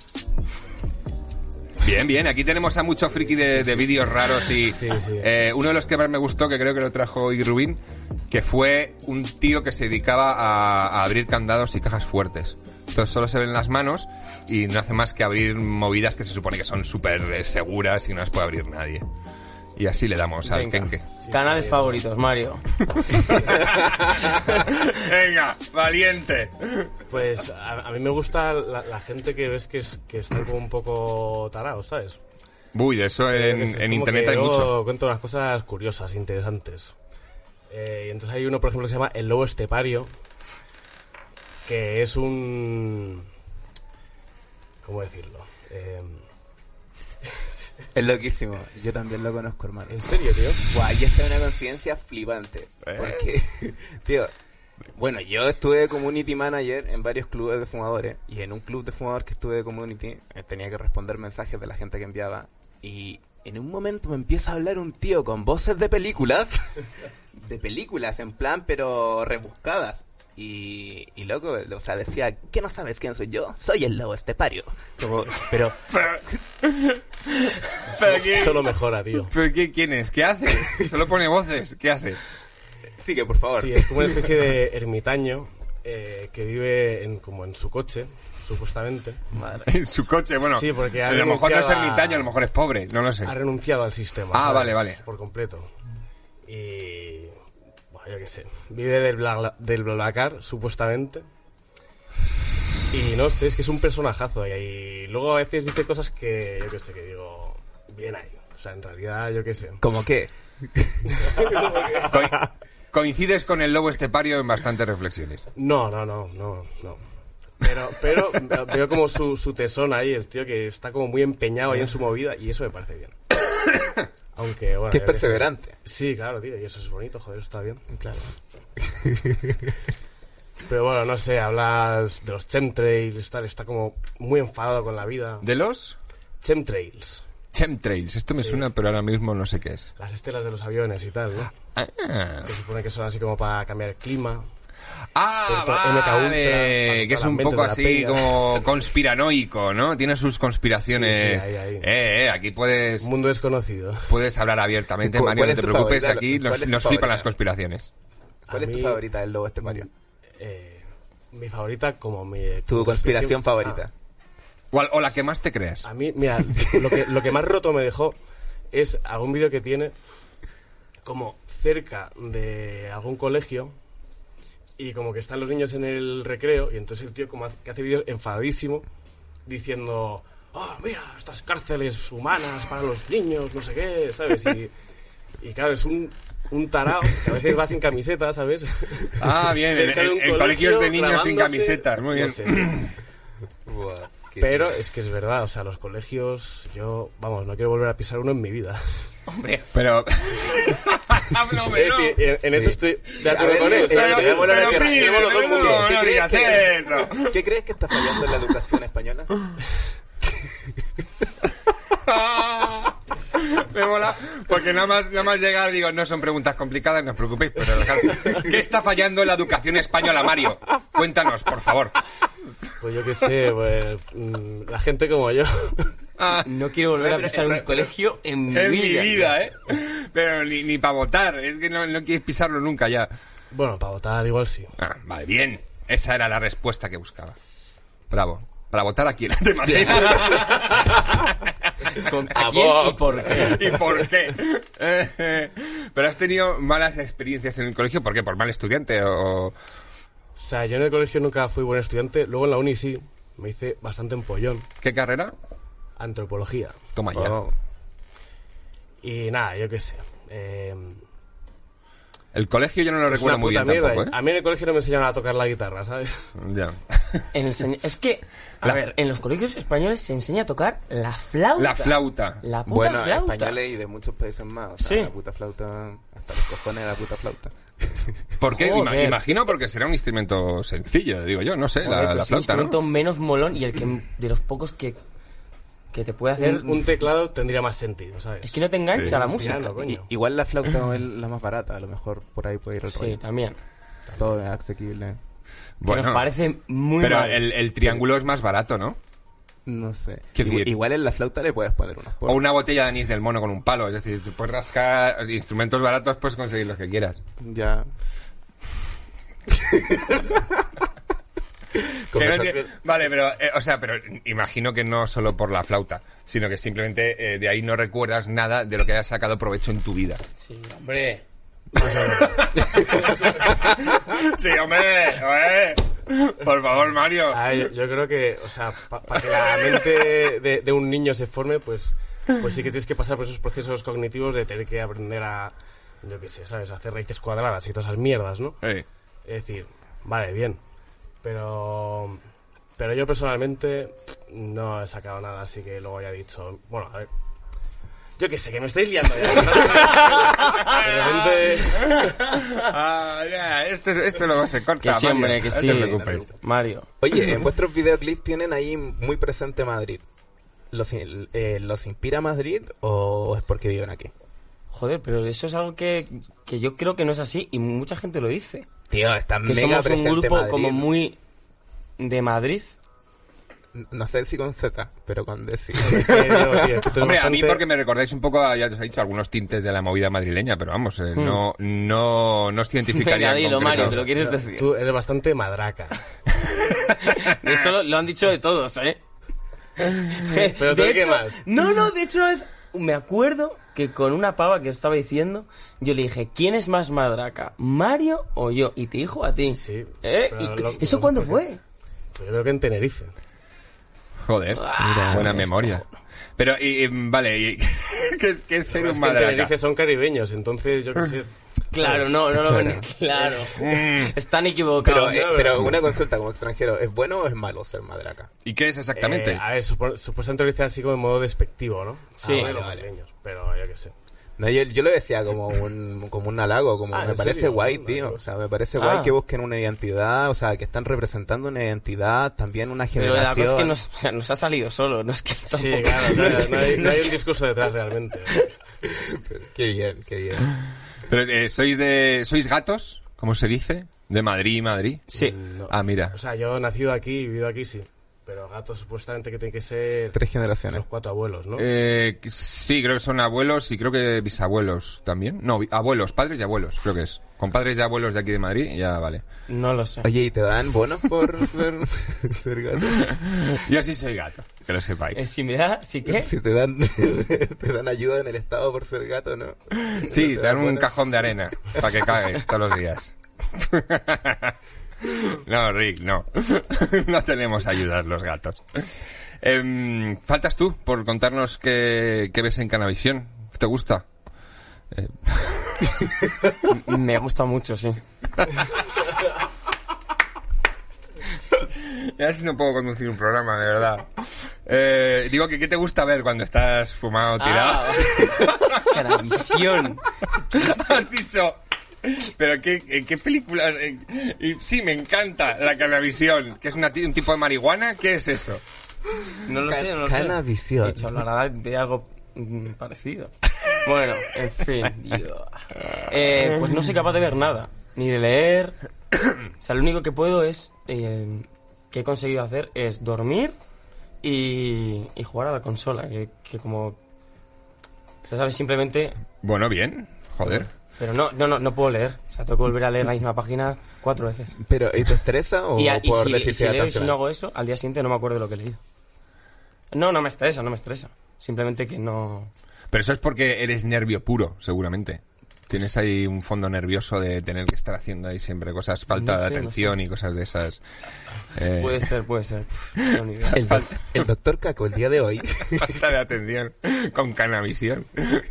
Bien, bien, aquí tenemos a mucho friki de, de vídeos raros y Sí, sí. eh, uno de los que más me gustó, que creo que lo trajo hoy Rubín, que fue un tío que se dedicaba a, a abrir candados y cajas fuertes. Entonces solo se ven las manos y no hace más que abrir movidas que se supone que son súper eh, seguras y no las puede abrir nadie. Y así le damos al Venga. Kenke. Canales favoritos, Mario. Venga, valiente. Pues a, a mí me gusta la, la gente que ves que, es, que están como un poco tarados, ¿sabes? Uy, de eso en, Es en como internet que hay luego mucho. cuento unas cosas curiosas, interesantes. Eh, y entonces hay uno, por ejemplo, que se llama El Lobo Estepario, que es un... ¿Cómo decirlo? Eh, Es loquísimo. Yo también lo conozco, hermano. ¿En serio, tío? Guau, y esta es una coincidencia flipante. ¿Eh? Porque, tío, bueno, yo estuve de community manager en varios clubes de fumadores. Y en un club de fumadores que estuve de community, eh, tenía que responder mensajes de la gente que enviaba. Y en un momento me empieza a hablar un tío con voces de películas. De películas, en plan, pero rebuscadas. Y, y loco, o sea, decía, ¿qué no sabes quién soy yo? Soy el lobo estepario. Como, pero... ¿Pero qué? Solo mejora, tío. ¿Pero qué, quién es? ¿Qué hace? Solo pone voces. ¿Qué hace? Sigue, por favor. Sí, es como una especie de ermitaño eh, que vive en, como en su coche, supuestamente. Madre. En su coche, bueno. Sí, porque ha a lo mejor no es renunciado a- ermitaño, a lo mejor es pobre, no lo sé. Ha renunciado al sistema. Ah, ¿sabes? vale, vale. Por completo. Y... Bueno, yo qué sé. Vive del, bla, del BlaBlaCar, supuestamente. Y no sé, es que es un personajazo. Y, y luego a veces dice cosas que, yo qué sé, que digo, bien ahí. O sea, en realidad, yo qué sé. ¿Cómo qué? Co- coincides con el lobo estepario en bastantes reflexiones. No, no, no, no, no. Pero, pero veo como su, su tesón ahí, el tío que está como muy empeñado ahí en su movida y eso me parece bien. Aunque, bueno... Que es yo qué sé. perseverante. Sí, claro, tío, y eso es bonito, joder, está bien. Claro. Pero bueno, no sé, hablas de los chemtrails, tal, está como muy enfadado con la vida. ¿De los? Chemtrails, Chemtrails. Esto me Sí. suena, pero ahora mismo no sé qué es. las estelas de los aviones y tal, ¿no? Ah, Que se supone que son así como para cambiar el clima. ah Pero M K Ultra, vale. para Que es todas un las poco mentes de la así peña. como conspiranoico, ¿no? Tiene sus conspiraciones. Sí, sí, ahí, ahí. Eh, eh, aquí puedes... Mundo desconocido. Puedes hablar abiertamente, ¿Cu- Mario, cuál no es te tu preocupes, favorita? aquí nos, ¿Cuál es tu nos flipan favorita? las conspiraciones. ¿Cuál A es tu mí- favorita del lobo estepario? Eh, mi favorita como mi... Tu como conspiración favorita. O, o la que más te creas. A mí, mira, lo que, lo que más roto me dejó es algún vídeo que tiene como cerca de algún colegio y como que están los niños en el recreo y entonces el tío como hace, que hace vídeos enfadadísimo diciendo, oh, mira, estas cárceles humanas para los niños, no sé qué, ¿sabes? Y, y claro, es un, un tarao que a veces va sin camiseta, ¿sabes? Ah, bien, en, Cerca de un en- en colegios de colegio, niños sin grabándose, camisetas, muy bien. no sé. Buah, qué Pero bien. es que es verdad, o sea, los colegios, yo, vamos, no quiero volver a pisar uno en mi vida. Hombre, Pero... no, Es decir, en, en eso estoy de acuerdo A ver, con él. eh, o sea, pero- que pero, tenemos- pero, tenemos los dos pero, mundos. no, ¿Qué no crees digas que- eso. ¿Qué crees que está fallando en la educación española? Me mola, porque nada más, nada más llegar digo, no son preguntas complicadas, no os preocupéis, pero claro, ¿qué está fallando en la educación española, Mario? Cuéntanos, por favor. Pues yo qué sé, pues, mm, la gente como yo. Ah, no quiero volver a pisar un colegio en mi en mi vida. vida, ¿eh? Pero ni, ni para votar, es que no, no quieres pisarlo nunca ya. Bueno, para votar igual sí. Ah, vale, bien. Esa era la respuesta que buscaba. Bravo. ¿Para votar a quién? ¿Te imaginas? ¿Con a quién y por qué? ¿Y por qué? Eh, eh. Pero has tenido malas experiencias en el colegio, ¿por qué? ¿Por mal estudiante o...? O sea, yo en el colegio nunca fui buen estudiante, luego en la uni sí, me hice bastante empollón. ¿Qué carrera? Antropología. Toma ya. Oh. Y nada, yo qué sé. Eh, El colegio yo no lo es recuerdo una muy puta bien mierda. tampoco, ¿eh? A mí en el colegio no me enseñaron a tocar la guitarra, ¿sabes? Ya. En el señ- es que, a La- ver, en los colegios españoles se enseña a tocar la flauta. La flauta. La puta Bueno, flauta. españoles y de muchos países más. O sea, Sí. la puta flauta, hasta los cojones de la puta flauta. ¿Por qué? Ima- Joder. imagino porque será un instrumento sencillo, digo yo, no sé, Joder, la, pues la es el flauta, instrumento ¿no? menos molón y el que de los pocos que, que te puede hacer... Un, un teclado tendría más sentido, ¿sabes? Es que no te engancha Sí. la Un música. piano, coño. I- igual la flauta es la más barata, a lo mejor por ahí puede ir el Sí, rollo. también. Todo es asequible. Que nos parece muy pero mal. el, el triángulo es más barato, ¿no? No sé. ¿Qué Igu- decir? Igual en la flauta le puedes poner unos O porros. una botella de anís del mono con un palo, es decir, tú puedes rascar instrumentos baratos, puedes conseguir los que quieras. Ya. Que no enti- vale, pero, eh, o sea, pero imagino que no solo por la flauta, sino que simplemente eh, de ahí no recuerdas nada de lo que hayas sacado provecho en tu vida. Sí, hombre. Sí, hombre, eh. Por favor, Mario. Ah, yo, yo creo que, o sea, para que la mente de, de un niño se forme, pues, pues sí que tienes que pasar por esos procesos cognitivos de tener que aprender a, yo qué sé, ¿sabes? A hacer raíces cuadradas y todas esas mierdas, ¿no? Eh, Es decir, vale, bien, pero, pero yo personalmente no he sacado nada, así que luego haya dicho, bueno, a ver, yo qué sé, que me estáis liando ya. De repente... ah, ya, esto, esto luego se corta. Que sí, Mario, hombre, que no sí. te preocupes. Mario. Oye, en vuestros videoclips tienen ahí muy presente Madrid. ¿Los, in- eh, ¿los inspira Madrid o es porque viven aquí? Joder, pero eso es algo que, que yo creo que no es así y mucha gente lo dice. Tío, está Que mega somos un presente grupo Madrid. como muy de Madrid. No sé si con Z, pero con D sí. Es que, digo, tío, esto es Hombre, a mí bastante- porque me recordáis un poco, a- ya os he dicho, algunos tintes de la movida madrileña, pero vamos, eh, no, no, no os identificaría Venga, en dilo, concreto. Mario, que lo quieres decir. Tú eres bastante madraca. Eso lo, lo han dicho de todos, ¿eh? Pero tú, De ¿qué hecho- más? No, no, de hecho es... Me acuerdo que con una pava que os estaba diciendo, yo le dije, ¿quién es más madraca, Mario o yo? Y te dijo a ti. Sí, ¿Eh? pero ¿Y lo- ¿Eso lo- cuándo lo- fue? Pues yo creo que en Tenerife. Joder, Mira, buena es memoria. Pero, y, y, vale, y, ¿qué, es- qué es ser Pero un es que en madraca? Tenerife son caribeños, entonces yo qué sé. Claro, no, no lo ven. Claro. Mm. Están Pero, equivocados. eh, pero una consulta como extranjero, ¿es bueno o es malo ser madraca? ¿Y qué es exactamente? Eh, a ver, supo- supuestamente lo dice así como en modo despectivo, ¿no? Sí. Ah, Vale, los vale. madrileños, pero yo qué sé. No, yo, yo lo decía como un, como un halago, como Ah, me ¿en parece serio? guay, No, tío. no. O sea, me parece Ah. guay que busquen una identidad, o sea, que están representando una identidad, también una Pero la generación. cosa es que nos, o sea, nos ha salido solo, no es que tampoco... Sí, claro, no no, es que- no hay, no no es hay que- un discurso detrás realmente. Qué bien, qué bien. Pero, eh, ¿sois de sois gatos, como se dice? ¿De Madrid, Madrid? Sí. No. Ah, mira. O sea, yo nacido aquí y vivido aquí, sí. Pero gatos supuestamente que tienen que ser Tres generaciones. los cuatro abuelos, ¿no? Eh, sí, creo que son abuelos y creo que bisabuelos también. No, bi- abuelos, padres y abuelos, creo que es. Con padres y abuelos de aquí de Madrid, ya vale. No lo sé. Oye, ¿y te dan bonos por ser, ser gato? Yo sí soy gato, que lo sepáis. Eh, Si me da, ¿sí qué? Si te dan, te dan ayuda en el Estado por ser gato, ¿no? Sí, te dan un bonos? cajón de arena para que cagues todos los días. No, Rick, no. No tenemos ayudas los gatos. Em, faltas tú por contarnos qué, qué ves en Canavisión. ¿Te gusta? Eh, Me gusta mucho, sí. Ya si no puedo conducir un programa, de verdad. Eh, digo que ¿qué te gusta ver cuando estás fumado, tirado? Ah, Canavisión. Has dicho... Pero qué, en qué películas... en- y sí, me encanta la Canavisión, que es una ti- un tipo de marihuana. ¿Qué es eso? No lo Ca- sé, no lo Canavisión. sé. De hecho, hablará de algo mm, parecido. Bueno, en fin. Dios. Eh, pues no soy capaz de ver nada. Ni de leer. O sea, lo único que puedo es... Eh, que he conseguido hacer es dormir y, y jugar a la consola. Que, que como... O sea, ¿sabes? Simplemente... Bueno, bien. Joder. Pero no, no, no, no puedo leer. O sea, tengo que volver a leer la misma página cuatro veces. Pero, ¿y te estresa o Y, a- y por si, y déficit si leo y si atencional? no hago eso, al día siguiente no me acuerdo de lo que he leído. No, no me estresa, no me estresa. Simplemente que no... Pero eso es porque eres nervio puro, seguramente. Tienes ahí un fondo nervioso de tener que estar haciendo ahí siempre cosas, falta No sé, de no atención sé. y cosas de esas. Eh, Puede ser, puede ser. No, ni idea. El, doc- el doctor Caco, el día de hoy. Falta de atención con Canavisión.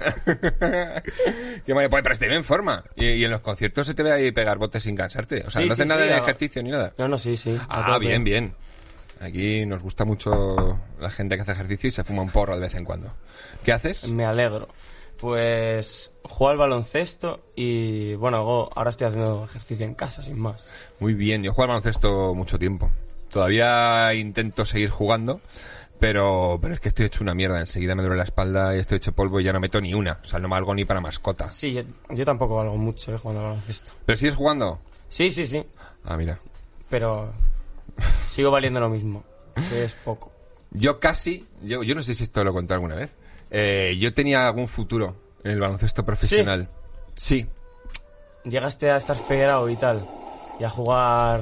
Qué mal, pues, pero esté en forma. Y, y en los conciertos se te ve ahí pegar botes sin cansarte. O sea, Sí, no haces sí, nada sí, de hago- ejercicio ni nada. No, no, sí, sí. a Ah, tope. bien, bien. Aquí nos gusta mucho la gente que hace ejercicio y se fuma un porro de vez en cuando. ¿Qué haces? Me alegro. Pues juego al baloncesto y bueno, hago, ahora estoy haciendo ejercicio en casa, sin más. Muy bien, yo juego al baloncesto mucho tiempo. Todavía intento seguir jugando, pero, pero es que estoy hecho una mierda. Enseguida me duele la espalda y estoy hecho polvo y ya no meto ni una. O sea, no me valgo ni para mascota. Sí, yo, yo tampoco valgo mucho eh, jugando al baloncesto. ¿Pero sigues jugando? Sí, sí, sí, Ah, mira. pero sigo valiendo lo mismo, que es poco. Yo casi, yo, yo no sé si esto lo he contado alguna vez, eh, yo tenía algún futuro en el baloncesto profesional. Sí. Llegaste a estar federado y tal, y a jugar...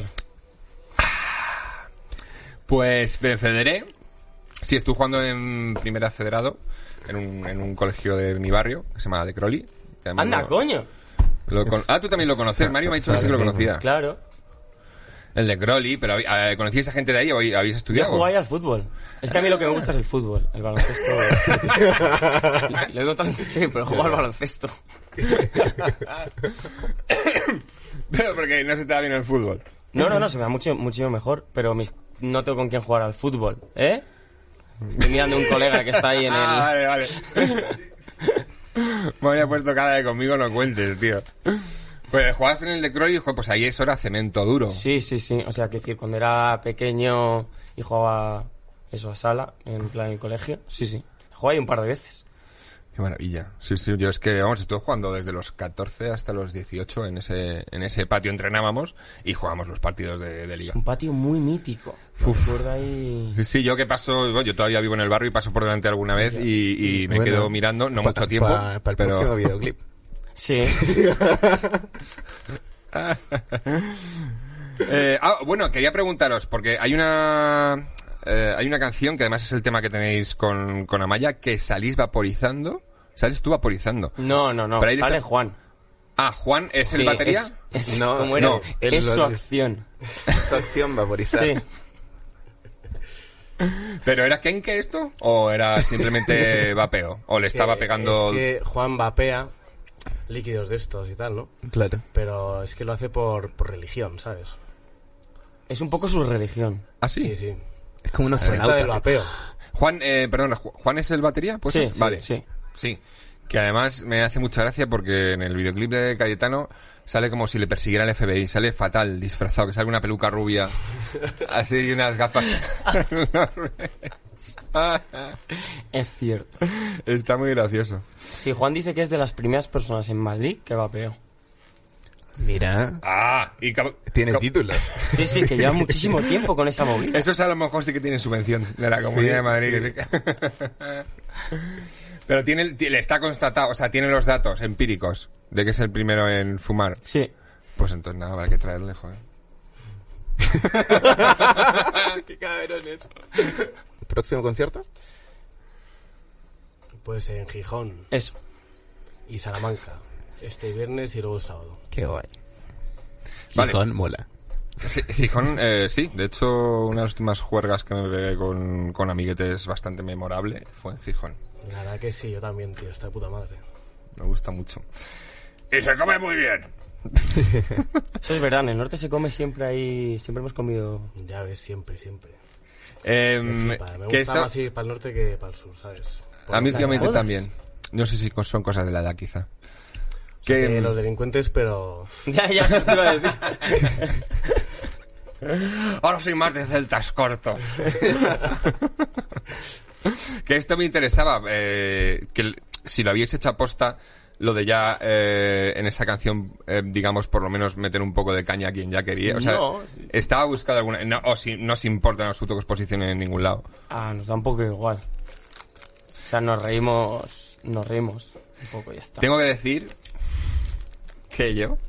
Pues me federé. Sí, estuve jugando en primera federado, en un, en un colegio de mi barrio, que se llama De Crowley. que además ¡Anda, lo- coño! lo con- ah, tú también lo conoces. Mario me ha dicho que sí que lo conocía. Claro. El de Crowley, pero eh, ¿conocíais a gente de ahí o habéis Yo estudiado? jugáis al fútbol. Es que a mí lo que me gusta es el fútbol. El baloncesto... Lo digo tan en serio, pero juego al baloncesto. Pero porque no se te da bien el fútbol. No, no, no, se me da mucho, muchísimo mejor, pero mis- no tengo con quién jugar al fútbol, ¿eh? Estoy mirando a un colega que está ahí en Ah, el... vale, vale. Me había puesto cara de conmigo, no cuentes, tío. Pues jugabas en el de Crowley, joder, pues ahí eso era cemento duro. Sí, sí, sí. O sea, que decir, cuando era pequeño y jugaba eso a sala, en plan en el colegio, sí, sí. Jugué ahí un par de veces. Qué maravilla. Sí, sí, yo es que, vamos, estuve jugando desde los catorce hasta los dieciocho en ese, en ese patio entrenábamos y jugábamos los partidos de, de Es liga. un patio muy mítico. Me recuerda ahí... Sí, sí, yo que paso, bueno, yo todavía vivo en el barrio y paso por delante alguna vez y, y me Bueno, quedo mirando, no pa- mucho tiempo, pa- para el pero... próximo videoclip. Sí. Eh, ah, bueno, quería preguntaros, porque hay una eh, hay una canción que además es el tema que tenéis con, con Amaya, que salís vaporizando. Sales tú vaporizando. No, no, no. Pero ahí Sale está- Juan. Ah, Juan, ¿es el Sí, batería? Es, es No, como era, no, él es lo- su acción. Su acción vaporizar. Sí. ¿Pero era Kenke esto? ¿O era simplemente vapeo? ¿O le Es estaba que- pegando...? Es que Juan vapea líquidos de estos y tal, ¿no? Claro. Pero es que lo hace por, por religión, ¿sabes? Es un poco su religión. ¿Ah, sí? Sí, sí. Es como unos Secta del astronautas. vapeo. Juan, eh, perdón, Ju- ¿Juan es el batería? ¿Puede Sí, ser? sí, Vale. sí. Sí. Que además me hace mucha gracia porque en el videoclip de Cayetano sale como si le persiguiera el F B I. Sale fatal, disfrazado, que sale una peluca rubia, así y unas gafas enormes. Es cierto. Está muy gracioso. Sí, Juan dice que es de las primeras personas en Madrid que vapeó. Mira, Ah, y cab- tiene cab- título. Sí, sí, que lleva muchísimo tiempo con esa movida. Esos a lo mejor sí que tienen subvención de la Comunidad Sí, de Madrid. Pero tiene, tiene- está constatado, o sea, tiene los datos empíricos de que es el primero en fumar. Sí. Pues entonces nada, habrá que traerle, joder. Qué cabrones. ¿Próximo concierto? Pues en Gijón Eso. y Salamanca. Este viernes y luego el sábado. Qué guay. Vale. Gijón mola. Gi- Gijón, eh, sí, de hecho, una de las últimas juergas que me pegué con, con amiguetes bastante memorable fue en Gijón. La verdad que sí, yo también, tío. Está de puta madre. Me gusta mucho. Y se come muy bien. Eso es verdad, en el norte se come siempre ahí. Siempre hemos comido. Ya ves, siempre, siempre. Eh, Me flipa. Me que gusta esto- más ir para el norte que para el sur, ¿sabes? Por a mí lo que últimamente hay. también. No sé si co- son cosas de la edad, quizá. Que Que, los delincuentes, pero... Ya, ya, eso te iba a decir. ahora soy más de celtas cortos. Que esto me interesaba, eh, que el- si lo habíais hecho aposta, lo de ya eh, en esa canción, eh, digamos, por lo menos meter un poco de caña a quien ya quería. O sea, No, sí. estaba buscando alguna... No, o si no os importa en absoluto que os posicionen en ningún lado. Ah, nos da un poco igual. O sea, nos reímos. Nos reímos un poco y ya está. Tengo que decir que yo...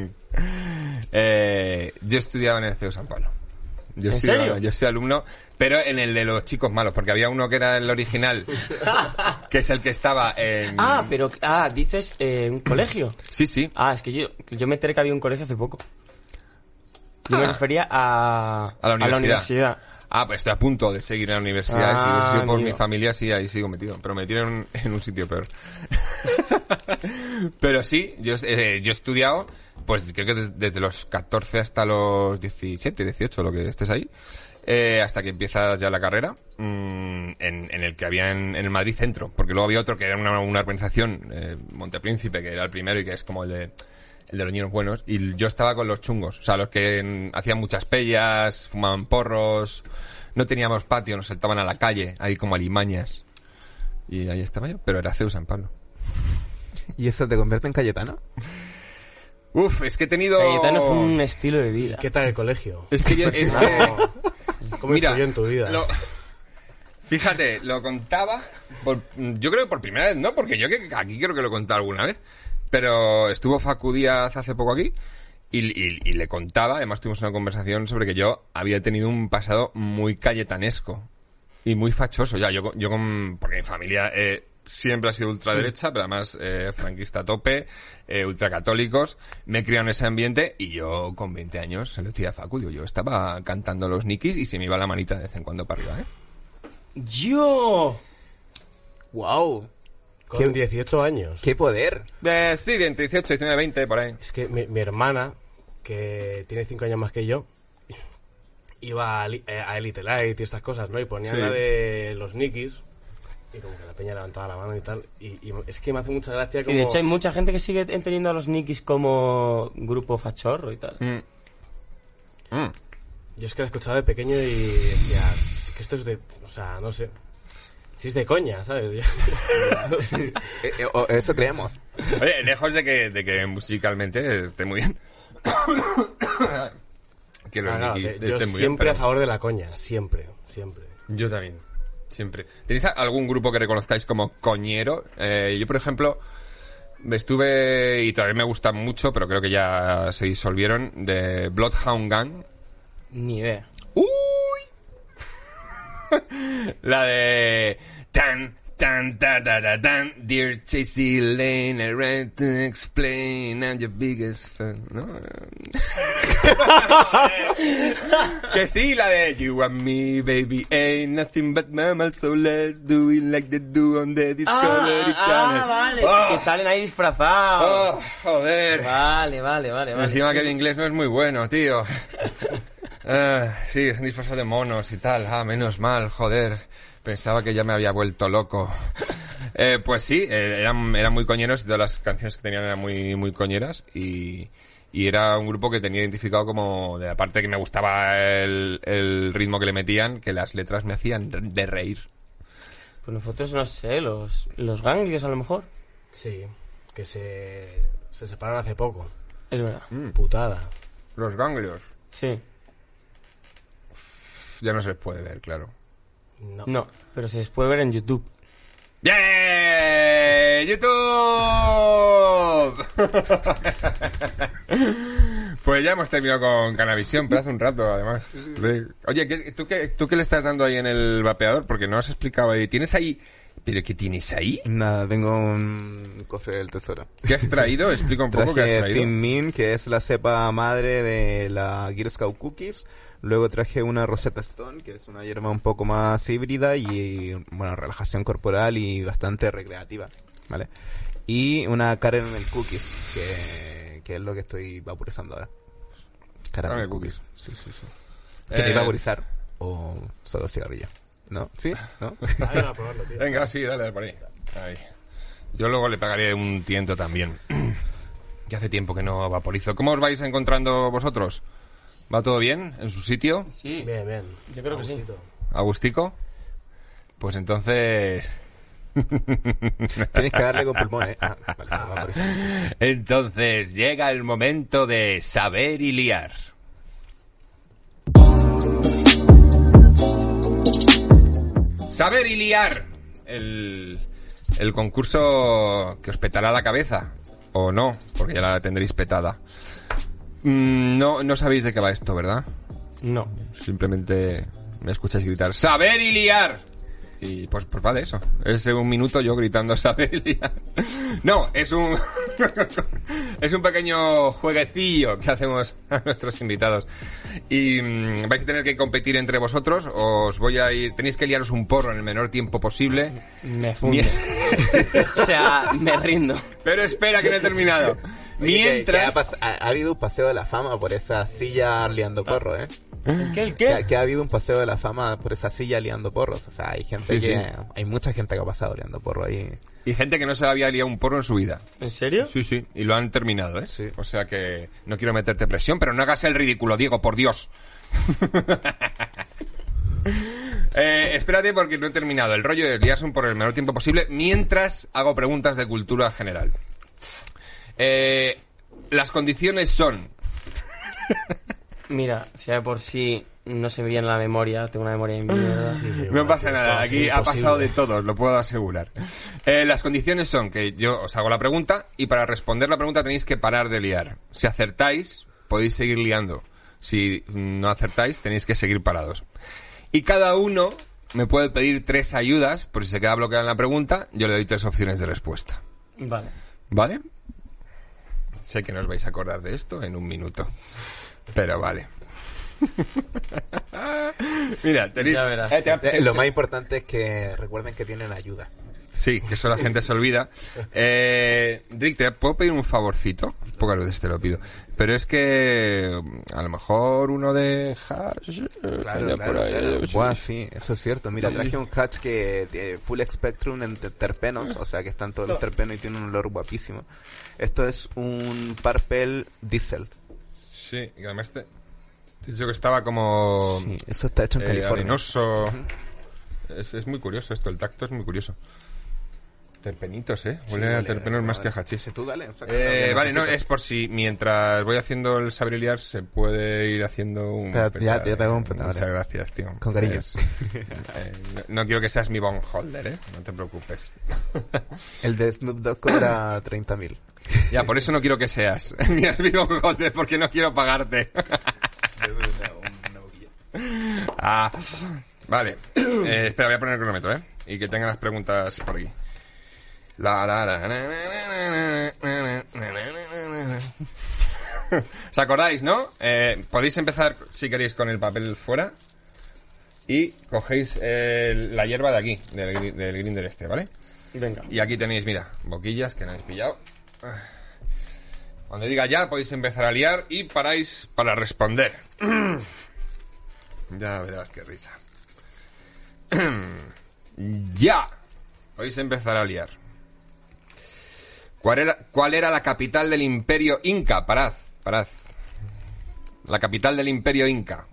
eh, yo estudiaba en el C E U San Pablo. Yo ¿En soy, serio? yo soy alumno, pero en el de los chicos malos, porque había uno que era el original, que es el que estaba en... Ah, pero. Ah, dices eh, un colegio. Sí, sí. Ah, es que yo, yo me enteré que había un colegio hace poco. Yo me Ah. refería a. A la universidad. universidad. Ah, pues estoy a punto de seguir en la universidad. Ah, si hubiese sido por amigo. mi familia, sí, ahí sigo metido. Pero me tienen en un sitio peor. Pero sí, yo, eh, yo he estudiado, pues creo que des- desde los catorce hasta los diecisiete, dieciocho, lo que estés ahí, eh, hasta que empiezas ya la carrera, mmm, en, en el que había en, en el Madrid Centro. Porque luego había otro que era una, una organización, eh, Montepríncipe, que era el primero y que es como el de... el de los niños buenos, y yo estaba con los chungos, o sea, los que mm, hacían muchas pellas, fumaban porros, no teníamos patio, nos saltaban a la calle, ahí como alimañas, y ahí estaba yo, pero era C E U San Pablo. ¿Y eso te convierte en Cayetano? Uf, es que he tenido... Cayetano es un estilo de vida. ¿Qué tal el colegio? Es que yo... Es que... ¿Cómo Mira, influyó en tu vida? lo- Fíjate, lo contaba, por- yo creo que por primera vez, no, porque yo que aquí creo que lo he contado alguna vez, pero estuvo Facu Díaz hace poco aquí y, y- y le contaba, además tuvimos una conversación sobre que yo había tenido un pasado muy cayetanesco y muy fachoso, ya, yo, con- yo con, porque mi familia eh, siempre ha sido ultraderecha, pero además eh, franquista a tope, eh, ultracatólicos, me he criado en ese ambiente y yo con veinte años, se lo decía a Facu, digo, yo estaba cantando los nikis y se me iba la manita de vez en cuando para arriba, ¿eh? ¡Yo! ¡Wow! Con ¿Qué- dieciocho años. ¡Qué poder! Eh, sí, de entre dieciocho, diecinueve, veinte, por ahí. Es que mi, mi hermana, que tiene cinco años más que yo, iba a, li- eh, a Elite Light y estas cosas, ¿no? Y ponía Sí. la de los Nikis y como que la peña levantaba la mano y tal. Y, y es que me hace mucha gracia Sí, como... de hecho hay mucha gente que sigue teniendo a los Nikis como grupo fachorro y tal. Mm. Mm. Yo es que la escuchaba de pequeño y decía, "Es que esto es de... O sea, no sé. Si es de coña, ¿sabes?" Eh, eh, o- eso creemos. Oye, lejos de que, de que musicalmente esté muy bien. Que los Ah, claro, Nikis que yo estén muy bien, siempre pero a favor de la coña, siempre, siempre. yo también. Siempre. ¿Tenéis a- algún grupo que reconozcáis como coñero? Eh, yo, por ejemplo, estuve, y todavía me gustan mucho, pero creo que ya se disolvieron, de Bloodhound Gang. Ni idea. ¡Uy! La de... Tan, Tan, ta, ta, ta, tan. Dear Chasey Lane, I write to explain I'm your biggest fan. ¿No? Que sí, la de You and me, baby, ain't nothing but mammals, so let's do it like they do on the Discovery ah, Channel. Ah, vale, Oh. que salen ahí disfrazados. Oh, joder. Vale, vale, vale, vale. Encima sí. que el inglés no es muy bueno, tío. Ah, sí, es un disfraz de monos y tal. Ah, menos mal, joder. Pensaba que ya me había vuelto loco. Eh, pues sí, eh, eran, eran muy coñeros y todas las canciones que tenían eran muy, muy coñeras y, y era un grupo que tenía identificado como, de aparte que me gustaba el, el ritmo que le metían, que las letras me hacían de reír. Pues nosotros, no sé, los, los ganglios a lo mejor. Sí, que se, se separaron hace poco. Es verdad. Mm. Putada. Los ganglios. Sí. Ya no se les puede ver, claro. No. No, pero se les puede ver en YouTube. ¡Bien! ¡YouTube! Pues ya hemos terminado con Canavisión, pero hace un rato, además. Sí. Oye, ¿qué, tú, qué, ¿tú qué le estás dando ahí en el vapeador? Porque no has explicado ahí. ¿Tienes ahí...? ¿Pero qué tienes ahí? Nada, tengo un cofre del tesoro. ¿Qué has traído? Explica un poco qué has Traje traído. Thin Mint, que es la cepa madre de la Girl Scout Cookies. Luego traje una Rosetta Stone, que es una hierba un poco más híbrida y, bueno, relajación corporal y bastante recreativa, ¿vale? Y una Caramel Cookies, que, que es lo que estoy vaporizando ahora. Caramel, Caramel Cookies. Cookies. Sí, sí, sí. ¿Queréis Eh, vaporizar o solo cigarrillo? ¿No? ¿Sí? ¿No? Ah, venga, a probarlo, tío. Venga, sí, dale, dale por ahí. Ahí. Yo luego le pagaré un tiento también. Que hace tiempo que no vaporizo. ¿Cómo os vais encontrando vosotros? ¿Va todo bien en su sitio? Sí. Bien, bien. Yo creo que sí. Agustito. ¿Agustico? Pues entonces... Tienes que darle con pulmón, ¿eh? Ah, vale, vaporizar. Sí, sí. Entonces llega el momento de saber y liar. Saber y liar. El, el concurso que os petará la cabeza. O no, porque ya la tendréis petada. Mm, no, no sabéis de qué va esto, ¿verdad? No. Simplemente me escucháis gritar ¡saber y liar! Y pues, pues va de eso. Es un minuto yo gritando saber y liar. No, es un... es un pequeño jueguecillo que hacemos a nuestros invitados. Y mmm, vais a tener que competir entre vosotros. Os voy a ir... Tenéis que liaros un porro en el menor tiempo posible. Me funde. O sea, me rindo. Pero espera que no he terminado. Oye, que- Mientras... que ha, pas- ha- ha habido un paseo de la fama por esa silla liando porro, ¿eh? ¿El qué? ¿El Que, qué? que ha habido un paseo de la fama por esa silla liando porros. O sea, hay gente Sí, que... sí. Hay mucha gente que ha pasado liando porro ahí. Y gente que no se había liado un porro en su vida. ¿En serio? Sí, sí, y lo han terminado, ¿eh? Sí. O sea que no quiero meterte presión, pero no hagas el ridículo, Diego, por Dios. eh, espérate porque no he terminado. El rollo de liarse un por el menor tiempo posible mientras hago preguntas de cultura general. Eh, las condiciones son... Mira, si de por sí no se me viene a la memoria, tengo una memoria de mierda. Sí, No bueno, pasa tío, esto nada, va a ser aquí ha imposible. pasado de todo, lo puedo asegurar. Eh, las condiciones son que yo os hago la pregunta y para responder la pregunta tenéis que parar de liar. Si acertáis, podéis seguir liando. Si no acertáis, tenéis que seguir parados. Y cada uno me puede pedir tres ayudas, por si se queda bloqueado en la pregunta, yo le doy tres opciones de respuesta. Vale. ¿Vale? Sé que no os vais a acordar de esto en un minuto, pero vale. Mira, tenéis... Ya verás. eh, te- te- Eh, Lo más importante es que recuerden que tienen ayuda. Sí, que eso la gente se olvida. Eh, Rick, ¿te puedo pedir un favorcito? Pocas veces te lo pido. Pero es que mm, a lo mejor uno de hash... eh, anda por ahí, sí. Buah, sí, eso es cierto. Mira, traje un hatch que tiene full spectrum en ter- terpenos, o sea que están todos los terpenos y tiene un olor guapísimo. Esto es un Purple Diesel. Sí, y además te... te he dicho que estaba como... Sí, eso está hecho en eh, California. arenoso. Es, es muy curioso esto, el tacto es muy curioso. Terpenitos, ¿eh? Sí, Huele a huele- terpenos más que a vale. hachís. Sí, tú dale, sácalo, Eh, que vale, no, necesito. es por si mientras voy haciendo el saber y liar se puede ir haciendo un... Pero ya- ya te hago un peta, Muchas vale. gracias, tío. Con cariño. Es- eh, no, no quiero que seas mi bondholder, ¿eh? No te preocupes. El de Snoop Dogg cobra treinta mil. Ya, por eso no quiero que seas mi mi bondholder, porque no quiero pagarte. Ah, vale. Eh, espera, voy a poner el cronómetro, ¿eh? y que tengan las preguntas por aquí. La, la, la, ¿Os acordáis, no? Eh, podéis empezar, si queréis, con el papel fuera y cogéis eh, la hierba de aquí, del, del grinder este, ¿vale? Venga. Y aquí tenéis, mira, boquillas que no habéis pillado. Cuando diga ya, podéis empezar a liar y paráis para responder. Ya verás qué risa. Ya. Podéis empezar a liar. ¿Cuál era, ¿Cuál era la capital del Imperio Inca? Parad, parad. La capital del Imperio Inca.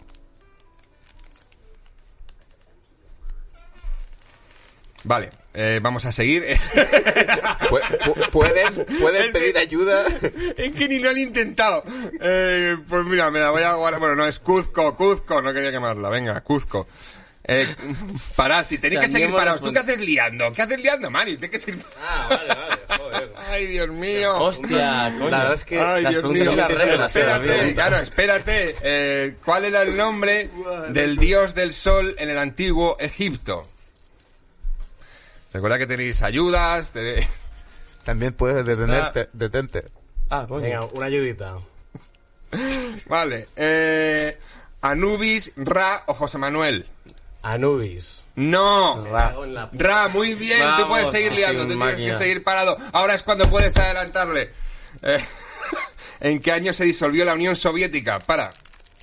Vale, eh, vamos a seguir. ¿Pueden, pueden pedir ayuda? Es que ni lo han intentado. Eh, pues mira, me la voy a guardar. Bueno, no, es Cuzco, Cuzco, no quería quemarla. Venga, Cuzco. Eh, parad, si tenéis O sea, que seguir ni hemos parados. ¿Tú qué respondido. haces liando? ¿Qué haces liando, Mario? Tienes que seguir... Ah, vale, vale, joder. Ay, Dios mío. Hostia, coño. La verdad es que Ay, las Dios preguntas mío. son las reglas, Espérate, ¿eh? claro, espérate. Eh, ¿Cuál era el nombre del dios del sol en el antiguo Egipto? Recuerda que tenéis ayudas. Tenéis... También puedes detenerte, detente. Ah, coño. Venga, una ayudita. Vale. Eh, Anubis, Ra o José Manuel. Anubis. No. Ra. Ra, muy bien. Vamos, tú puedes seguir sí, liando. Tú tienes máquina. que seguir parado. Ahora es cuando puedes adelantarle. Eh, ¿En qué año se disolvió la Unión Soviética? Para.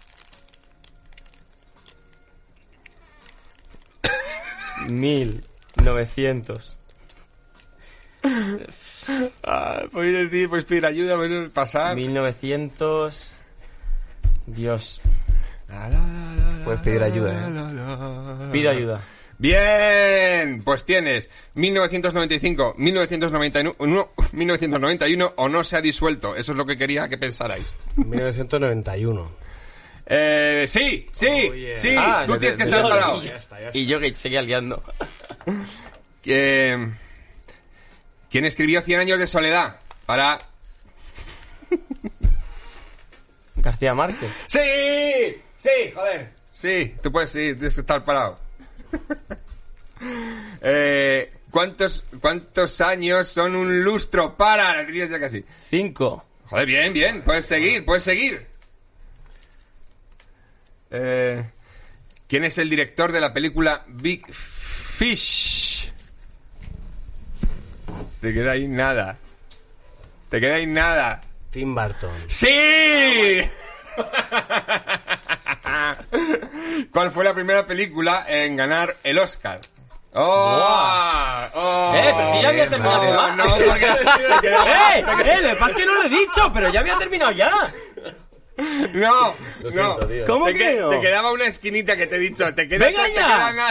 Mil novecientos. Ah, podéis decir, pues pedir ayuda, podéis pasar. Mil novecientos. Dios. Puedes pedir ayuda, ¿eh? Pido ayuda. Bien, pues tienes mil novecientos noventa y cinco, mil novecientos noventa y uno, mil novecientos noventa y uno o no se ha disuelto. Eso es lo que quería que pensarais. mil novecientos noventa y uno. Eh, sí, sí, Oh, yeah. sí, Ah, tú de- tienes que de- estar de- parado. Ya está, ya está. Y yo que seguía liando. Eh, ¿Quién escribió Cien años de soledad? Para... García Márquez. ¡Sí! ¡Sí, joder! Sí, tú puedes, sí, tienes que estar parado. eh, ¿cuántos, ¿Cuántos años son un lustro? Para, la tenías ya casi. Cinco. Joder, bien, bien, puedes seguir, puedes seguir. Eh, ¿Quién es el director de la película Big Fish? Te queda ahí nada. Te queda ahí nada. Tim Burton. ¡Sí! ¿Cuál fue la primera película en ganar el Oscar? ¡Oh! ¡Oh! Eh, pero si ya había terminado de No, más. no, porque te quedaba- ¡Eh! ¡Eh! Lo que pasa es que no lo he dicho, pero ya había terminado ya. No, Lo no. siento, tío. ¿Cómo te, que que- no? te quedaba una esquinita que te he dicho. Te queda, ¡Venga te, te ya! queda nada.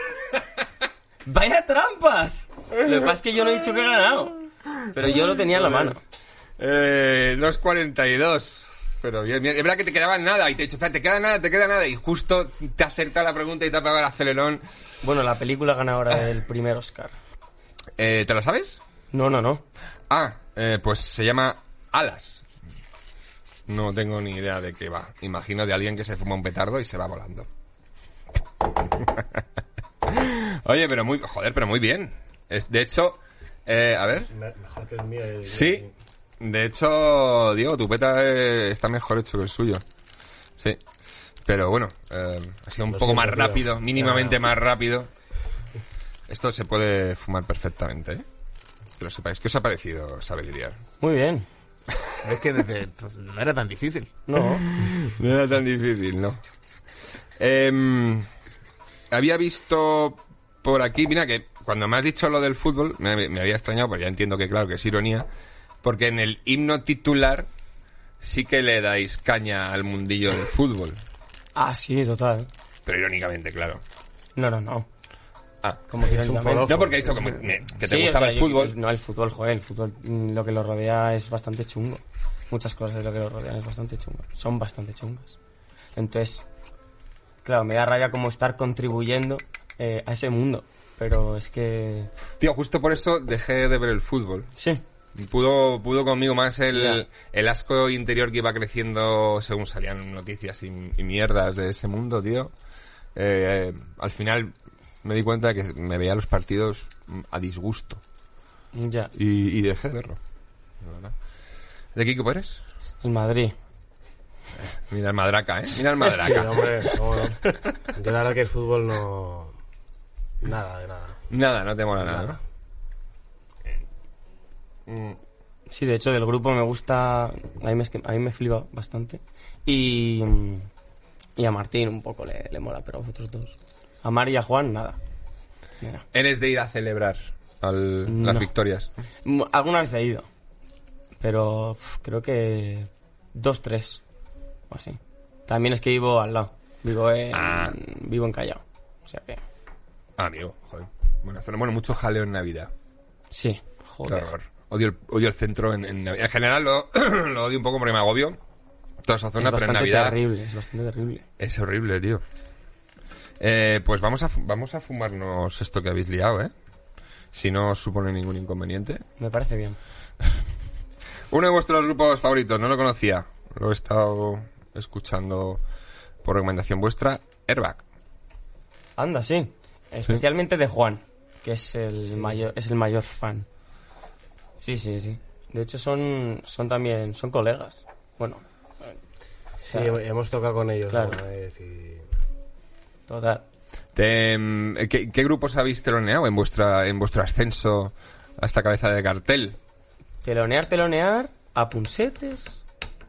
¡Vaya trampas! Lo que pasa es que yo no he dicho que he ganado. Pero yo lo tenía en la mano. Eh, dos cuarenta y dos. Pero bien, bien. Es verdad que te quedaba nada. Y te he dicho, espera, te queda nada, te queda nada. Y justo te ha acertado la pregunta y te ha pegado el acelerón. Bueno, la película ganadora del primer Oscar. Eh, ¿Te lo sabes? No, no, no. Ah, eh, pues se llama Alas. No tengo ni idea de qué va. Imagino de alguien que se fuma un petardo y se va volando. Oye, pero muy... Joder, pero muy bien. Es, de hecho... Eh, a ver... Me- Mejor que el mío. eh, Sí. De hecho, Diego, tu peta eh, está mejor hecho que el suyo. Sí. Pero bueno, eh, ha sido un Lo poco siento, más tío. rápido, mínimamente Ya. más rápido. Esto se puede fumar perfectamente, ¿eh? Que lo sepáis. ¿Qué os ha parecido saber lidiar? Muy bien. Es que desde, pues, no era tan difícil. No. No era tan difícil, ¿no? Em, había visto por aquí, mira que cuando me has dicho lo del fútbol, me, me había extrañado, pero ya entiendo que claro que es ironía, porque en el himno titular sí que le dais caña al mundillo del fútbol, Ah, sí, total. pero irónicamente, claro. No, no, no. Ah, Como que Es un irónicamente. foloso. no porque he dicho que, me- que te Sí, gustaba o sea, el yo- fútbol. No, el fútbol, joder, el fútbol, mm, lo que lo rodea es bastante chungo. Muchas cosas de lo que lo rodean es bastante chungo. Son bastante chungas. Entonces, claro, me da rabia como estar contribuyendo eh, a ese mundo. Pero es que... Tío, justo por eso dejé de ver el fútbol. Sí. Pudo, pudo conmigo más el, Ya. el asco interior que iba creciendo según salían noticias y, y mierdas de ese mundo, tío. Eh, eh, al final me di cuenta de que me veía los partidos a disgusto. Ya. Y, y dejé de verlo. La verdad. ¿De qué equipo eres? El Madrid. Mira el Madraca, ¿eh? Mira el Sí, Madraca. hombre, cómo no. Yo la verdad que el fútbol no... Nada, de nada. Nada, no te mola nada, ¿no? Mm. Sí, de hecho, del grupo me gusta... A mí me, a mí me flipa bastante. Y... Y a Martín un poco le, le mola, pero a vosotros dos. A Mar y a Juan, nada. Mira. Eres de ir a celebrar al- las No. victorias. M- Alguna vez he ido. Pero uf, creo que... Dos, tres. O así. También es que vivo al lado. Vivo en... Ah. Vivo en Callao. O sea que... Ah, amigo, joder. Bueno, bueno, mucho jaleo en Navidad. Sí. Qué Joder. horror. Odio el, odio el centro en, en Navidad. En general lo, lo odio un poco porque me agobio. Toda esa zona, Es pero en bastante Navidad terrible. Es bastante terrible. es horrible, tío. Eh, pues vamos a, fu- vamos a fumarnos esto que habéis liado, ¿eh? Si no os supone ningún inconveniente. Me parece bien. Uno de vuestros grupos favoritos, no lo conocía. Lo he estado escuchando por recomendación vuestra. Airbag. Anda, sí. Especialmente de Juan, que es el mayor, es el mayor fan. Sí, sí, sí. De hecho son, son también, son colegas. Bueno, Sí, Claro. hemos tocado con ellos Claro. alguna vez y... total. Te, mm, ¿qué, ¿Qué grupos habéis teloneado en vuestra en vuestro ascenso a esta cabeza de cartel? Telonear, telonear, a Punsetes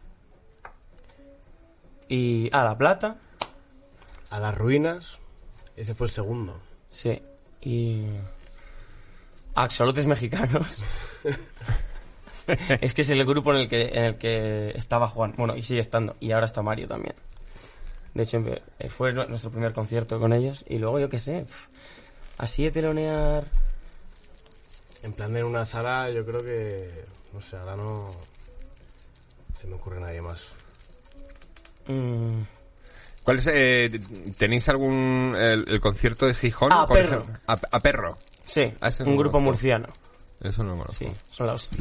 y a La Plata, A las ruinas, ese fue el segundo. sí, y a Axolotes Mexicanos. Es que es el grupo en el que en el que estaba Juan, bueno, y sigue estando, y ahora está Mario también. De hecho, eh, fue nuestro primer concierto con ellos, y luego yo qué sé, pf, así de telonear... En plan de en una sala, yo creo que... No sé, ahora no... Se me ocurre nadie más. mm, ¿Cuál es, eh, ¿Tenéis algún el, el concierto de Gijón? Ah, por Perro. ejemplo? A, a Perro. sí, Ah, ese no un lo grupo conozco. murciano. Eso no me lo Sí, son la hostia.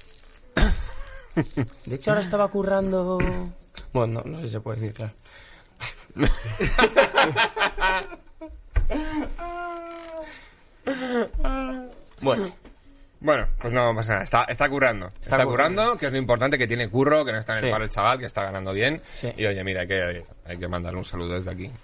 De hecho, ahora estaba currando... Bueno, no, no sé si se puede decir, claro. Bueno, Bueno, pues no pasa nada. Está, está currando. Está, currando, currando. que es lo importante, que tiene curro, que no está en el Sí. paro el chaval, que está ganando bien. Sí. Y oye, mira, hay que, hay que mandarle un saludo desde aquí.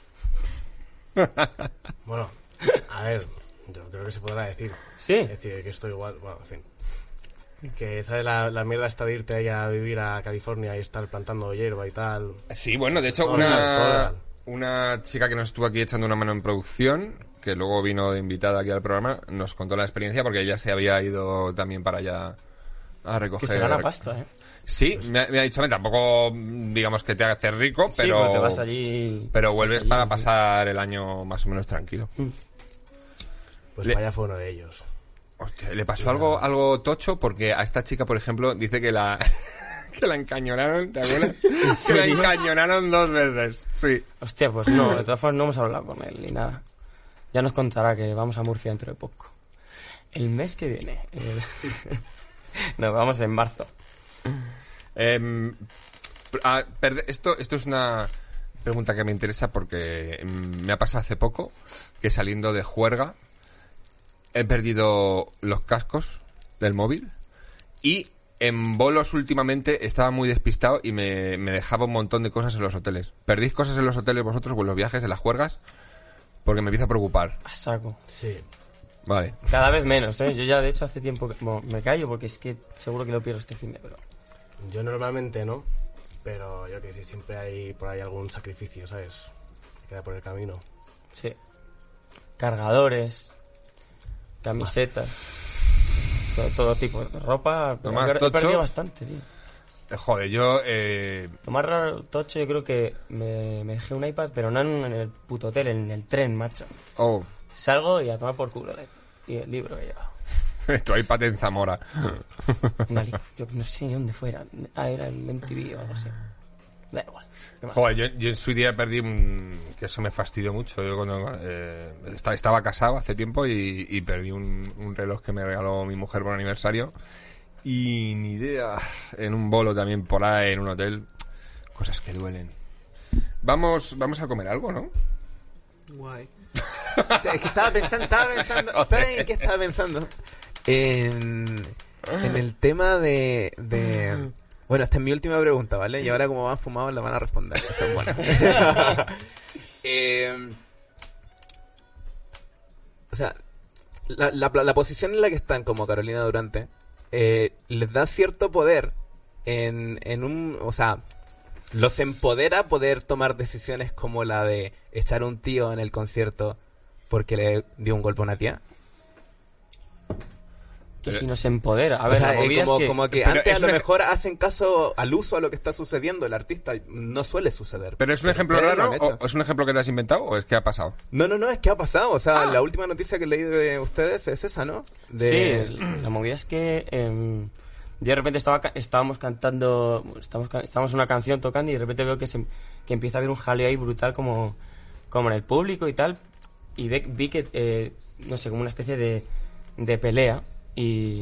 Bueno, a ver, yo creo que se podrá decir. sí. Es decir, que estoy igual, bueno, en fin. Que, ¿sabes? La, la mierda está de irte ahí a vivir a California y estar plantando hierba y tal. Sí, bueno, de hecho, Todo legal, todo una, legal. una chica que nos estuvo aquí echando una mano en producción, que luego vino de invitada aquí al programa, nos contó la experiencia porque ella se había ido también para allá a recoger. Que se gana pasta, ¿eh? Sí, me, ha- me ha dicho, "Ven, tampoco digamos que te hace rico, Sí, pero, porque te vas allí... pero vuelves vas allí, para sí. pasar el año más o menos tranquilo. Pues Le- vaya fue uno de ellos. Hostia, le pasó algo, algo tocho porque a esta chica, por ejemplo, dice que la que la encañonaron, ¿te acuerdas? Que la serio? encañonaron dos veces. Sí. Hostia, pues no, de todas formas no hemos hablado con él ni nada. Ya nos contará que vamos a Murcia dentro de poco. El mes que viene. eh, Nos vamos en marzo. Em, a- perde- esto, esto es una pregunta que me interesa porque em, me ha pasado hace poco que saliendo de juerga he perdido los cascos del móvil y en bolos últimamente estaba muy despistado y me, me dejaba un montón de cosas en los hoteles. ¿Perdís cosas en los hoteles vosotros o en los viajes, en las juergas? Porque me empieza a preocupar. A saco. Sí. Vale. Cada vez menos, ¿eh? Yo ya, de hecho, hace tiempo que... Bueno, me callo porque es que seguro que lo pierdo este fin de... Pero... Yo normalmente no, pero yo que sé, siempre hay por ahí algún sacrificio, ¿sabes? Que queda por el camino. Sí. Cargadores, camisetas, todo, todo tipo de ropa. Pero más he per- he tocho- perdido bastante, tío. Eh, Joder, yo... Eh, Lo más raro, tocho, yo creo que me, me dejé un iPad, pero no en el puto hotel, en el tren, macho. oh, Salgo y a tomar por culo. ¿eh? Y el libro que llevaba. tu iPad en Zamora. Una li- Yo no sé dónde fuera. Ah, era en M T V o algo así. Da igual. ¿Qué más? Joder, yo, yo en su día perdí un... que eso me fastidió mucho. Yo cuando eh, esta- estaba casado hace tiempo y, y perdí un, un reloj que me regaló mi mujer por aniversario. Y ni idea, en un bolo también por ahí, en un hotel. Cosas que duelen. Vamos, vamos a comer algo, ¿no? Guay. Es que estaba pensando, estaba pensando, ¿saben en qué estaba pensando? En, en el tema de, de... Bueno, esta es mi última pregunta, ¿vale? Y ahora como van fumados la van a responder. Eso es bueno. eh, o sea, la, la, la posición en la que están como Carolina Durante eh, les da cierto poder en, en un... O sea, los empodera poder tomar decisiones como la de echar un tío en el concierto porque le dio un golpe a una tía. Que si nos empodera. A ver, o sea, la movida eh, como, es que... como que Pero antes es a lo un ej- mejor hacen caso al uso a lo que está sucediendo. El artista no suele suceder. ¿Pero es un ejemplo ustedes lo raro han hecho. o es un ejemplo que te has inventado o es que ha pasado? No, no, no, es que ha pasado. O sea, Ah. la última noticia que leí de ustedes es esa, ¿no? De... Sí, la movida es que eh, de repente estaba ca- estábamos cantando, estábamos, ca- estábamos una canción tocando y de repente veo que, se, que empieza a haber un jaleo ahí brutal como, como en el público y tal. Y ve- vi que, eh, no sé, como una especie de, de pelea y...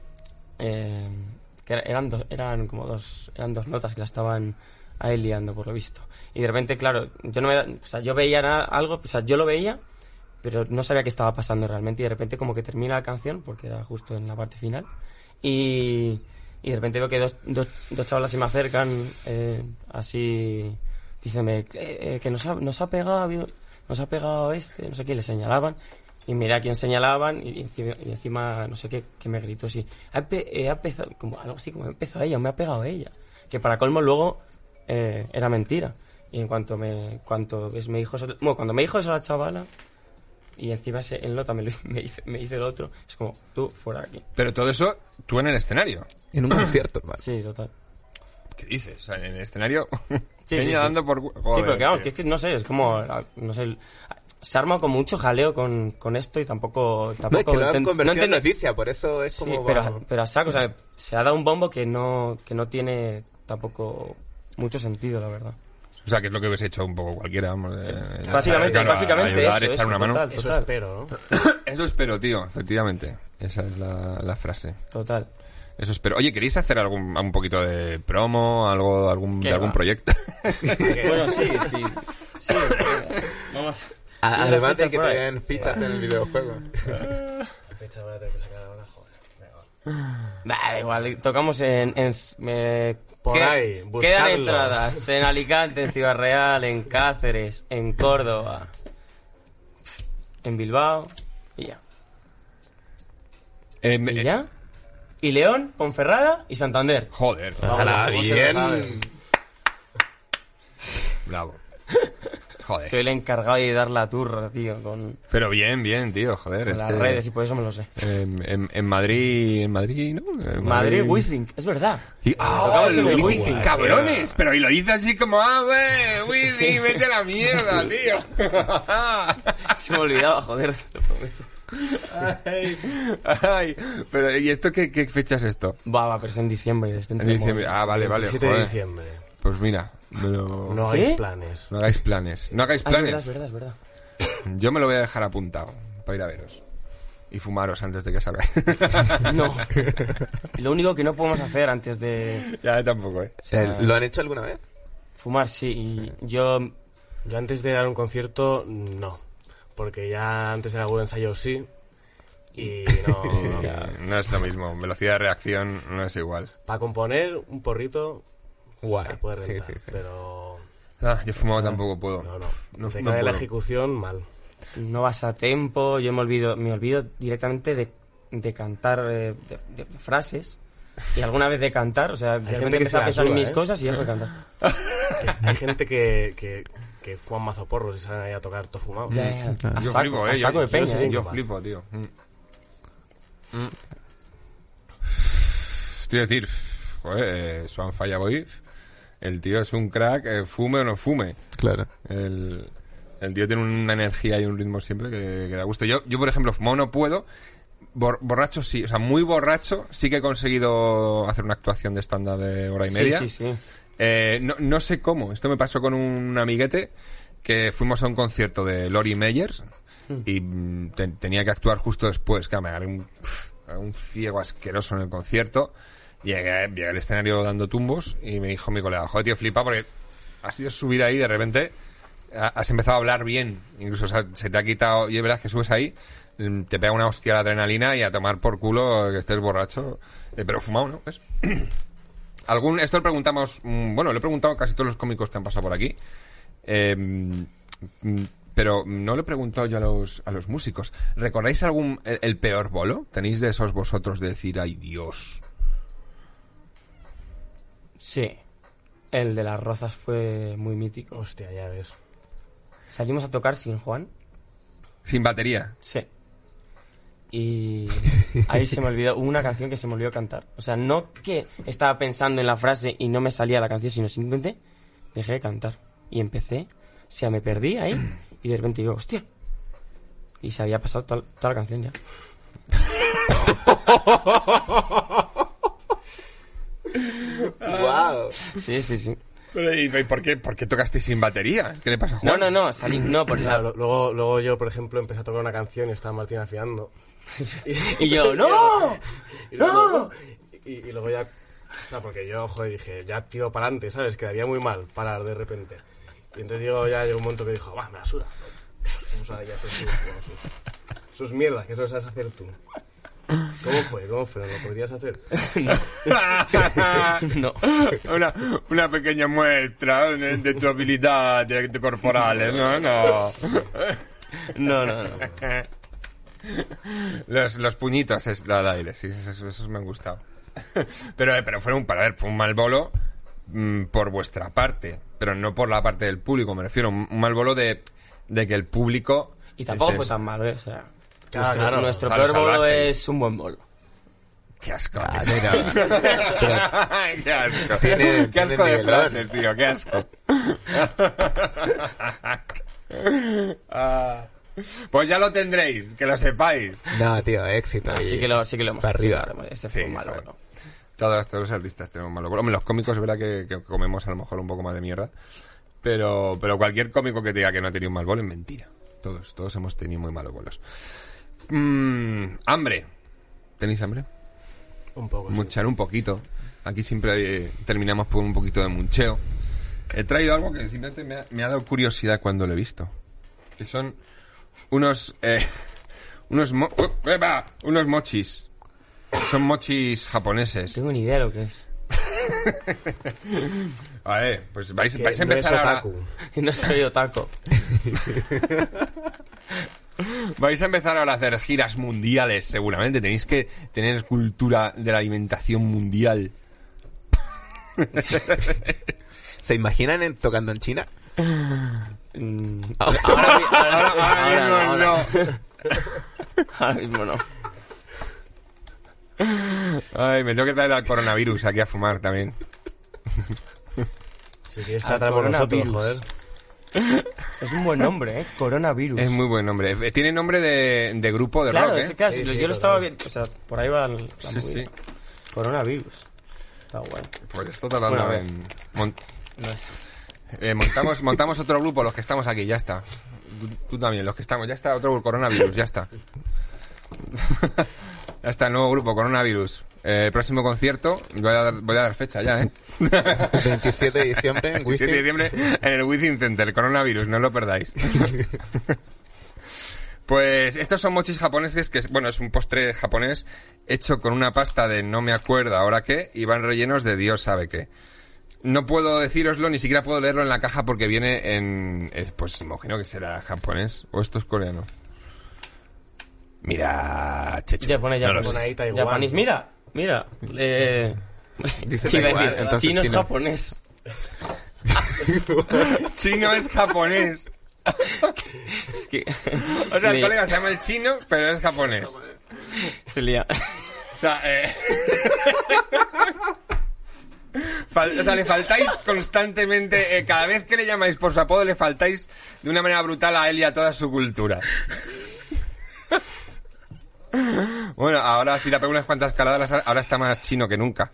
Eh, que era- eran, dos, eran como dos eran dos notas que la estaban ahí liando por lo visto y de repente claro yo no me o sea yo veía na- algo o sea yo lo veía pero no sabía qué estaba pasando realmente y de repente como que termina la canción porque era justo en la parte final y, y de repente veo que dos, dos, dos chavalas se me acercan eh, así diciéndome eh, eh, que nos ha, nos ha pegado nos ha pegado este no sé qué y le señalaban. Y mira a quién señalaban y encima, y encima no sé qué, que me gritó así. Ha, empe- eh, ha empezado, como algo así como ha empezado ella, o me ha pegado ella. Que para colmo luego eh, era mentira. Y en cuanto me cuanto ves, me dijo eso, bueno, cuando me dijo eso la chavala, y encima ese, el nota me, lo- me, dice, me dice el otro, es como, tú fuera de aquí. Pero todo eso, tú en el escenario. En un concierto, hermano. Sí, total. ¿Qué dices? O sea, en el escenario, Sí, sí, Peña sí. dando por... Sí, Joder, pero que vamos, tío. que es que no sé, es como, no sé, el- se ha armado con mucho jaleo con, con esto y tampoco... tampoco No, es que lo han enten- convertido en entiendo- noticia, por eso es Sí, como... pero, va- pero a saco, o sea, se ha dado un bombo que no, que no tiene tampoco mucho sentido, la verdad. O sea, que es lo que hubiese hecho un poco cualquiera, vamos. eh, Básicamente, claro, básicamente ayudar, eso, echar eso, una mano. total, Eso total, espero, ¿no? Eso espero, tío, efectivamente. Esa es la, la frase. total. Eso espero. Oye, ¿queréis hacer algún un poquito de promo, algo algún ¿Qué de algún va? proyecto? Bueno, sí, sí. Sí, eh, vamos. A- Dime las además de fechas que por ahí. te den fichas en el videojuego. La fecha voy a tener que sacar ahora, joder. Venga, va. Nah, da igual, tocamos en... en me- Por que- ahí, buscarlo. Quedan entradas en Alicante, en Ciudad Real, en Cáceres, en Córdoba, en Bilbao y ya. Eh, ¿Y eh, ya? Y León, Ponferrada y Santander. Joder. Vamos, Ojalá, ¿cómo se bien. lo sabe? Bravo. Joder. Soy el encargado de dar la turra, tío, con, Pero bien, bien, tío, joder. con es las que, redes y por eso me lo sé. En, en- en Madrid, en Madrid, ¿no? En Madrid, Withink, es verdad. Y, ¡ah! Tocamos en el el Wizzing. Wizzing, cabrones. Pero y lo dice así como, ah, güey, Wizzing, vete a la mierda, tío. Se me olvidaba, joder, te lo prometo. Ay, pero ¿y esto qué, qué fecha es esto? Va, va, pero es en diciembre. Desde En diciembre. Ah, vale, vale. veintisiete de joder. diciembre. Pues mira, no, No ¿Sí? hagáis planes. no hagáis planes. No hagáis Ah, es verdad, planes. es verdad, es verdad. Yo me lo voy a dejar apuntado para ir a veros. Y fumaros antes de que salgáis. No. Lo único que no podemos hacer antes de Ya, tampoco, ¿eh? Eh, ¿Lo han hecho alguna vez? fumar, sí. Y yo... Yo antes de dar un concierto, no. Porque ya antes era algún ensayo sí. Y no. Eh, no es lo mismo. Velocidad de reacción no es igual. Para componer un porrito, Guay. se puede Sí, rentar. sí, sí. Pero. Ah, yo fumado tampoco puedo. No, no. No, de no cara a la puedo. ejecución, mal. No vas a tempo, yo me olvido, me olvido directamente de, de cantar eh, de, de- de frases y alguna vez de cantar, o sea, de gente repente que empezar a se la pensar en suda, mis ¿eh? cosas y dejo de cantar. Hay gente que, que, que fuman mazo porros y salen ahí a tocar todo fumados. Ya, ya, a Yo saco, flipo, a eh. saco yo, de peña, yo, eh. yo flipo, tío. Mm. Mm. Quiero decir, joder, eh, Swan Fireboy, el tío es un crack, eh, fume o no fume. Claro. El, el tío tiene una energía y un ritmo siempre que, que da gusto. Yo, yo, por ejemplo, fumado no puedo. Bor- borracho sí, o sea, muy borracho sí que he conseguido hacer una actuación de stand-up de hora y media. Sí, sí, sí. Eh, no, no sé cómo. Esto me pasó con un amiguete que fuimos a un concierto de Lori Meyers y mm, te- tenía que actuar justo después. Claro, me agarré un, pf, un ciego asqueroso en el concierto. Llegué, llegué al escenario dando tumbos y me dijo mi colega, joder, tío, flipa porque ha sido subir ahí de repente has empezado a hablar bien, incluso o sea, se te ha quitado, y es verdad que subes ahí, te pega una hostia la adrenalina y a tomar por culo que estés borracho, eh, pero fumado, ¿no? ¿Ves? Algún, esto le preguntamos, bueno, le he preguntado a casi todos los cómicos que han pasado por aquí, eh, pero no le he preguntado yo a los, a los músicos. ¿Recordáis algún, el, el peor bolo? ¿Tenéis de esos vosotros de decir, ay Dios? Sí. El de las Rozas fue muy mítico. Hostia, ya ves. Salimos a tocar sin Juan. ¿Sin batería? Sí. Y ahí se me olvidó, hubo una canción que se me olvidó cantar. O sea, no que estaba pensando en la frase y no me salía la canción, sino simplemente dejé de cantar. Y empecé, o sea, me perdí ahí y de repente digo, hostia. Y se había pasado toda, toda la canción ya. Wow. Sí, sí, sí. Pero, ¿y por qué, por qué tocaste sin batería? ¿Qué le pasa a Juan? No, no, no, salí, no, por la... Claro, luego, luego yo, por ejemplo, empecé a tocar una canción y estaba Martín afinando. Y yo, ¡no! Y luego, y, y luego ya, o sea, porque yo, joder, dije, ya tiro para adelante, ¿sabes? Quedaría muy mal parar de repente. Y entonces digo, ya llegó un momento que dijo, va, me la suda. Vamos a ya hacer sus, sus, sus mierdas, que eso lo sabes hacer tú. ¿Cómo fue? ¿Cómo fue? ¿Lo podrías hacer? No. Una, una pequeña muestra de, de tu habilidad de, de corporales. No, no. No, no, no. Los, los puñitos es al aire, sí, esos, esos me han gustado. Pero, pero fue un, para ver, fue un mal bolo mmm, por vuestra parte, pero no por la parte del público, me refiero. Un, un mal bolo de, de que el público... Y tampoco dices, fue tan malo, ¿eh? O sea... Claro, nuestro claro. nuestro O sea, lo peor bolo salvasteis. es un buen bolo. Qué asco. Ah, tío. mira. Qué asco. Tiene- Qué asco tiene de nivelón. frase, tío, qué asco. Ah, pues ya lo tendréis, que lo sepáis. No, tío, éxito. Así y- que lo, sí que lo hemos para hecho, arriba. claro, ese Sí, fue un malo joder. bolo. Todos, todos los artistas tenemos malo bolo. Hombre, los cómicos es verdad que, que comemos a lo mejor un poco más de mierda. Pero, pero cualquier cómico que te diga que no ha tenido un mal bolo es mentira. Todos, todos hemos tenido muy malos bolos. Mm, hambre. ¿Tenéis hambre? Un poco, sí. Munchar un poquito. Aquí siempre eh, terminamos por un poquito de muncheo. He traído algo que simplemente me ha, me ha dado curiosidad cuando lo he visto. Que son unos... Eh, unos, mo uh, ¡epa! unos mochis. Son mochis japoneses. Tengo ni idea de lo que es. A ver, pues vais, Que vais a no es empezar ahora... otaku. No soy otaku. Vais a empezar ahora a hacer giras mundiales, seguramente. Tenéis que tener cultura de la alimentación mundial. ¿Se imaginan en- tocando en China? Mm, Ahora- ahora, mi- ahora, Ahora ahora mismo no, ahora mismo no. Ay, me tengo que traer al coronavirus aquí a fumar también. Si quieres Al tratar por nosotros, coronavirus. joder. Es un buen nombre, ¿eh? Coronavirus. Es muy buen nombre. Eh, Tiene nombre de, de grupo de Claro, rock, es- ¿eh? claro, Sí, si sí, lo- yo lo total. estaba viendo. O sea, por ahí va el, la Sí, movida. sí. Coronavirus. Está guay. Pues esto tardando Bueno, a ver. en... mon- No es. eh, montamos, montamos otro grupo, los que estamos aquí, ya está. Tú, tú también, los que estamos, ya está, otro coronavirus, ya está. Ya está, el nuevo grupo, coronavirus. Eh, próximo concierto, voy a, dar, voy a dar fecha ya, ¿eh? veintisiete de diciembre en veintisiete de Wizzing. diciembre en el Within Center, coronavirus, no lo perdáis. Pues estos son mochis japoneses, que es, bueno, es un postre japonés hecho con una pasta de no me acuerdo ahora qué, y van rellenos de Dios sabe qué. No puedo decíroslo, ni siquiera puedo leerlo en la caja porque viene en... eh, pues imagino que será japonés, o esto es coreano. Mira, Chechu. Ya pone no lo japonés. sé. Pone ahí Taiwán, Japonés, ¿no? mira, mira. Eh... Dice Sí, iba a Taiwán, decir, entonces chino es chino. japonés. Chino es japonés. Es que... O sea, el Ni- colega se llama el chino, pero es japonés. Se lía. O sea, eh... Fal- o sea, le faltáis constantemente, eh, cada vez que le llamáis por su apodo, le faltáis de una manera brutal a él y a toda su cultura. Bueno, ahora sí le pego unas cuantas caladas, ahora está más chino que nunca.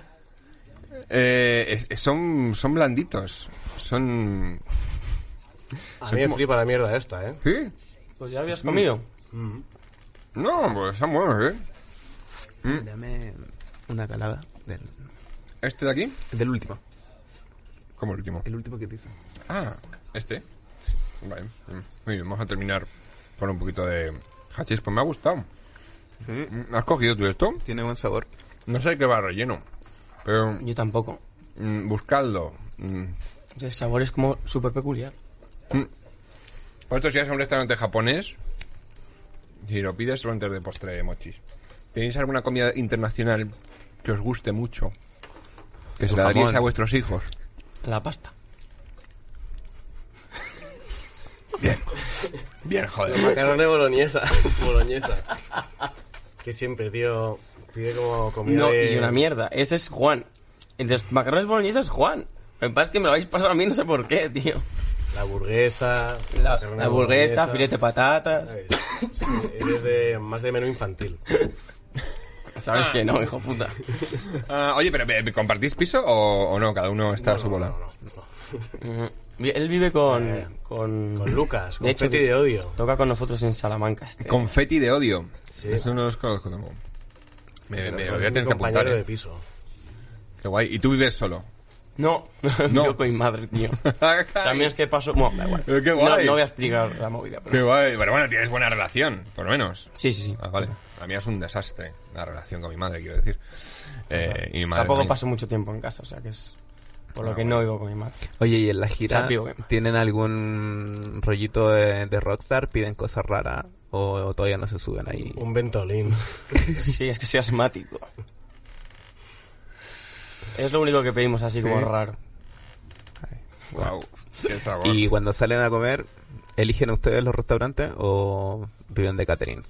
Eh, es- es- son, son blanditos. Son... A Son mí me como- flipa la mierda esta, ¿eh? ¿Sí? Pues ya habías comido. No, pues están buenos, ¿eh? Dame una calada del, ¿Este de aquí? del último. Como el último. El último que te hizo. Ah, este. Vale. Muy bien, vamos a terminar con un poquito de hachís. Pues me ha gustado. Sí. ¿Has cogido tú esto? Tiene buen sabor. No sé qué va relleno, pero Yo tampoco. mm, buscadlo. Mm. El sabor es como súper peculiar. Mm. Por esto, si vas a un restaurante japonés, si lo pides solo antes de postre de mochis. ¿Tenéis alguna comida internacional que os guste mucho? Que se El la daríais jamón. a vuestros hijos. La pasta. Bien, joder. Macarrones boloñesa. Boloñesa. Que siempre, tío, pide como comida No, de... y una mierda. Ese es Juan. El de los macarrones boloñesa es Juan. Lo que pasa es que me lo habéis pasado a mí, no sé por qué, tío. La hamburguesa... La, macarrones la hamburguesa, boloñesa. filete de patatas. ¿Sabes? Sí, eres de, más de menú infantil. Sabes que no, hijo puta. Ah, oye, pero ¿me- me ¿compartís piso o, o no? Cada uno está a su bola. No, no, no. Ujú. Él vive con... con... Con Lucas, con De hecho, Feti de odio. Toca con nosotros en Salamanca. Este. Confeti de odio. Sí. Eso no los conozco tampoco. Me, me, Es voy a mi tener que compañero apuntar, de ¿eh? piso. Qué guay. ¿Y tú vives solo? No, No. yo con mi madre, tío. También es que paso... Bueno, da igual. Pero qué No, guay. no voy a explicar la movida. Pero... Qué guay. Pero bueno, tienes buena relación, por lo menos. Sí, sí, sí. Ah, vale. A mí es un desastre la relación con mi madre, quiero decir. Eh, y mi madre Tampoco también. paso mucho tiempo en casa, o sea que es... Por lo Ah, que bueno. no vivo con mi madre. Oye, ¿y en la gira O sea, vivo que- tienen algún rollito de, de Rockstar? ¿Piden cosas raras? ¿O, o todavía no se suben ahí? Un ventolín. Sí, es que soy asmático. Es lo único que pedimos así Sí. como raro. Guau. Qué sabor. Y cuando salen a comer, ¿eligen ustedes los restaurantes o viven de catering?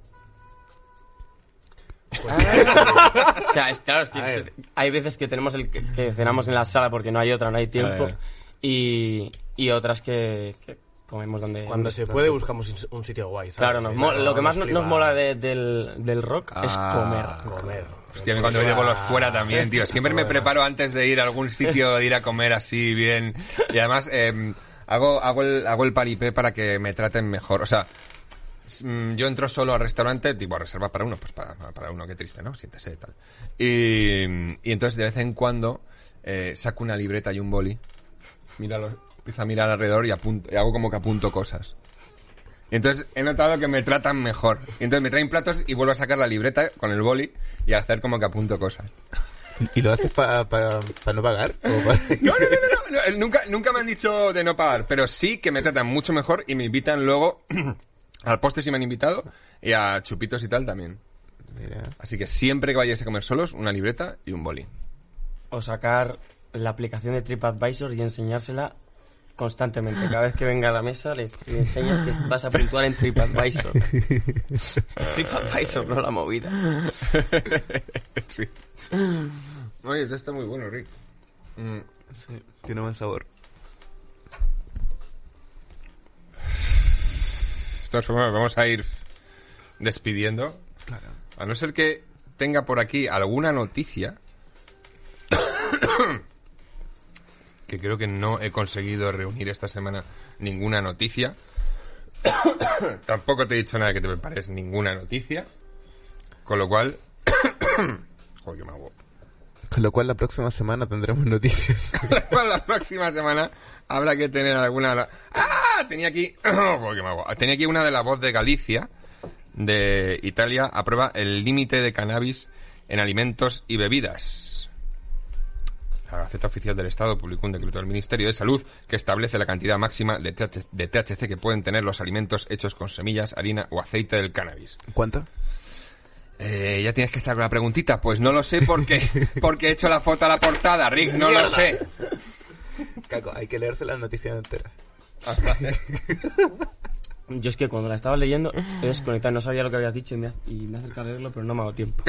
O sea, es claro, es que A ver. es- hay veces que tenemos el que, que cenamos en la sala porque no hay otra, no hay tiempo. A ver. Y, y otras que, que comemos donde... Cuando se puede buscamos un sitio guay, ¿sabes? Claro, nos mo- lo que más nos, flipa. nos mola de- del, del rock es Ah. comer. Comer. Hostia, cuando voy de bolos fuera también, tío. Siempre me preparo antes de ir a algún sitio, de ir a comer así bien. Y además, eh, hago, hago, el, hago el paripé para que me traten mejor. O sea, s- mm, yo entro solo al restaurante, tipo, a reservar para uno, pues para, para uno, qué triste, ¿no? Siéntese y tal. Y, y entonces, de vez en cuando, eh, saco una libreta y un boli, mira los, empiezo a mirar alrededor y, apunto, y hago como que apunto cosas. Y entonces he notado que me tratan mejor. Y entonces me traen platos y vuelvo a sacar la libreta con el boli y a hacer como que apunto cosas. ¿Y lo haces para pa, pa no pagar? ¿O pa- No, no, no, no, no, no, nunca, nunca me han dicho de no pagar, pero sí que me tratan mucho mejor y me invitan luego al postre si me han invitado y a chupitos y tal también. Mira. Así que siempre que vayáis a comer solos, una libreta y un boli. O sacar la aplicación de TripAdvisor y enseñársela constantemente. Cada vez que venga a la mesa le, le enseñas que vas a puntuar en TripAdvisor. Es TripAdvisor, no la movida. Sí. Oye, esto está muy bueno, Rick. Mm. Sí, tiene buen sabor. De todas formas, vamos a ir despidiendo. Claro. A no ser que tenga por aquí alguna noticia. Que creo que no he conseguido reunir esta semana ninguna noticia. Tampoco te he dicho nada que te prepares ninguna noticia. Con lo cual... Joder, qué me hago. Con lo cual la próxima semana tendremos noticias. Con lo cual la próxima semana habrá que tener alguna... ¡Ah! Tenía aquí... Joder, qué me hago. Tenía aquí una de La Voz de Galicia, de Italia, aprueba el límite de cannabis en alimentos y bebidas. La Gaceta Oficial del Estado publicó un decreto del Ministerio de Salud que establece la cantidad máxima de T H- de T H C que pueden tener los alimentos hechos con semillas, harina o aceite del cannabis. ¿Cuánto? Eh, ya tienes que estar con la preguntita. Pues no lo sé porque, porque he hecho la foto a la portada, Rick, no lo sé. Caco, hay que leerse las noticias enteras. Yo es que cuando la estaba leyendo he desconectado, no sabía lo que habías dicho y me, ha- y me acerca a leerlo, pero no me ha dado tiempo.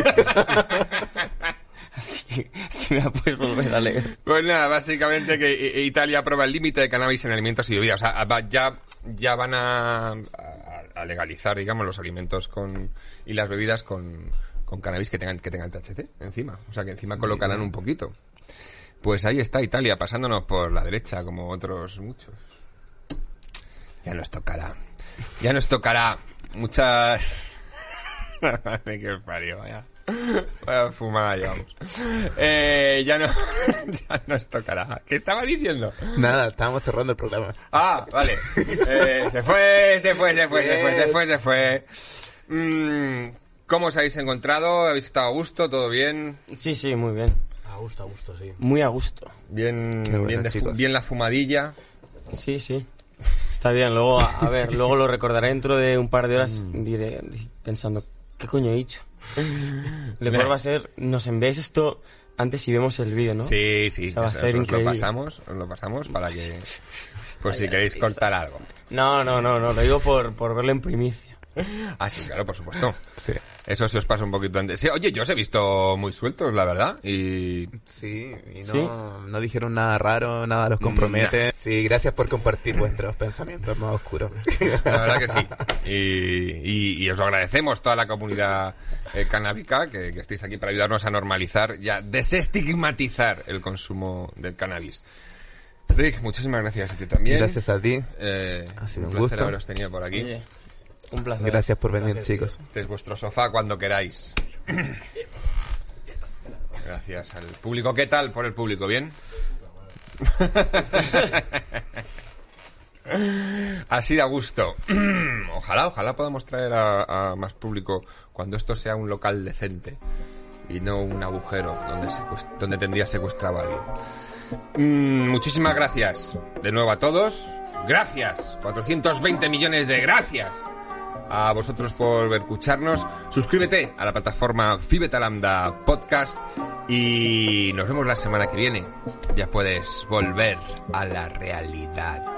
Así que si me la puedes volver a leer. Pues nada, básicamente que I- Italia aprueba el límite de cannabis en alimentos y bebidas. O sea, va- ya, ya van a, a, a legalizar, digamos, los alimentos con y las bebidas con, con cannabis que tengan que tengan T H C encima. O sea, que encima colocarán un poquito. Pues ahí está Italia, pasándonos por la derecha, como otros muchos. Ya nos tocará. Ya nos tocará muchas... Madre que os parió, vaya. Vaya fumada llevamos. Eh, ya no, ya nos tocará. ¿Qué estaba diciendo? Nada, estábamos cerrando el programa. Ah, vale. Eh, se fue, se fue, se fue, se fue, se fue, se fue. Mm, ¿Cómo os habéis encontrado? ¿Habéis estado a gusto? ¿Todo bien? Sí, sí, muy bien. A gusto, a gusto, sí. Muy a gusto. Bien, Qué bueno, bien, de fu- chicos. bien la fumadilla. Sí, sí. Está bien, luego, a, a ver, luego lo recordaré dentro de un par de horas, diré, pensando, ¿qué coño he dicho? Lo mejor va a ser, nos enviáis esto antes y vemos el vídeo, ¿no? Sí, sí. O sea, va a eso- ser eso os lo increíble. pasamos, os lo pasamos para que, pues si Vaya queréis risas. contar algo. No, no, no, no, lo digo por, por verlo en primicia. Ah, sí, claro, por supuesto. Sí. Eso se os pasa un poquito antes. Sí, oye, yo os he visto muy sueltos, la verdad. Y Sí, y no, ¿Sí? no dijeron nada raro, nada los compromete. Sí, gracias por compartir vuestros pensamientos más oscuros. la verdad que sí. Y, y- y os lo agradecemos toda la comunidad eh, canábica que, que estéis aquí para ayudarnos a normalizar, ya desestigmatizar el consumo del cannabis. Rick, muchísimas gracias a ti también. Gracias a ti. Eh, Ha sido un un placer gusto. haberos tenido por aquí. Oye, un placer. Gracias por venir, chicos. Este es vuestro sofá cuando queráis. Gracias al público. ¿Qué tal por el público? ¿Bien? Así da gusto. Ojalá, ojalá podamos traer a, a más público cuando esto sea un local decente y no un agujero donde, secuest- donde tendría secuestrado a alguien. Mm, muchísimas gracias de nuevo a todos. Gracias. cuatrocientos veinte millones de gracias a vosotros por escucharnos. Suscríbete a la plataforma Phi Beta Lambda Podcast y nos vemos la semana que viene. Ya puedes volver a la realidad.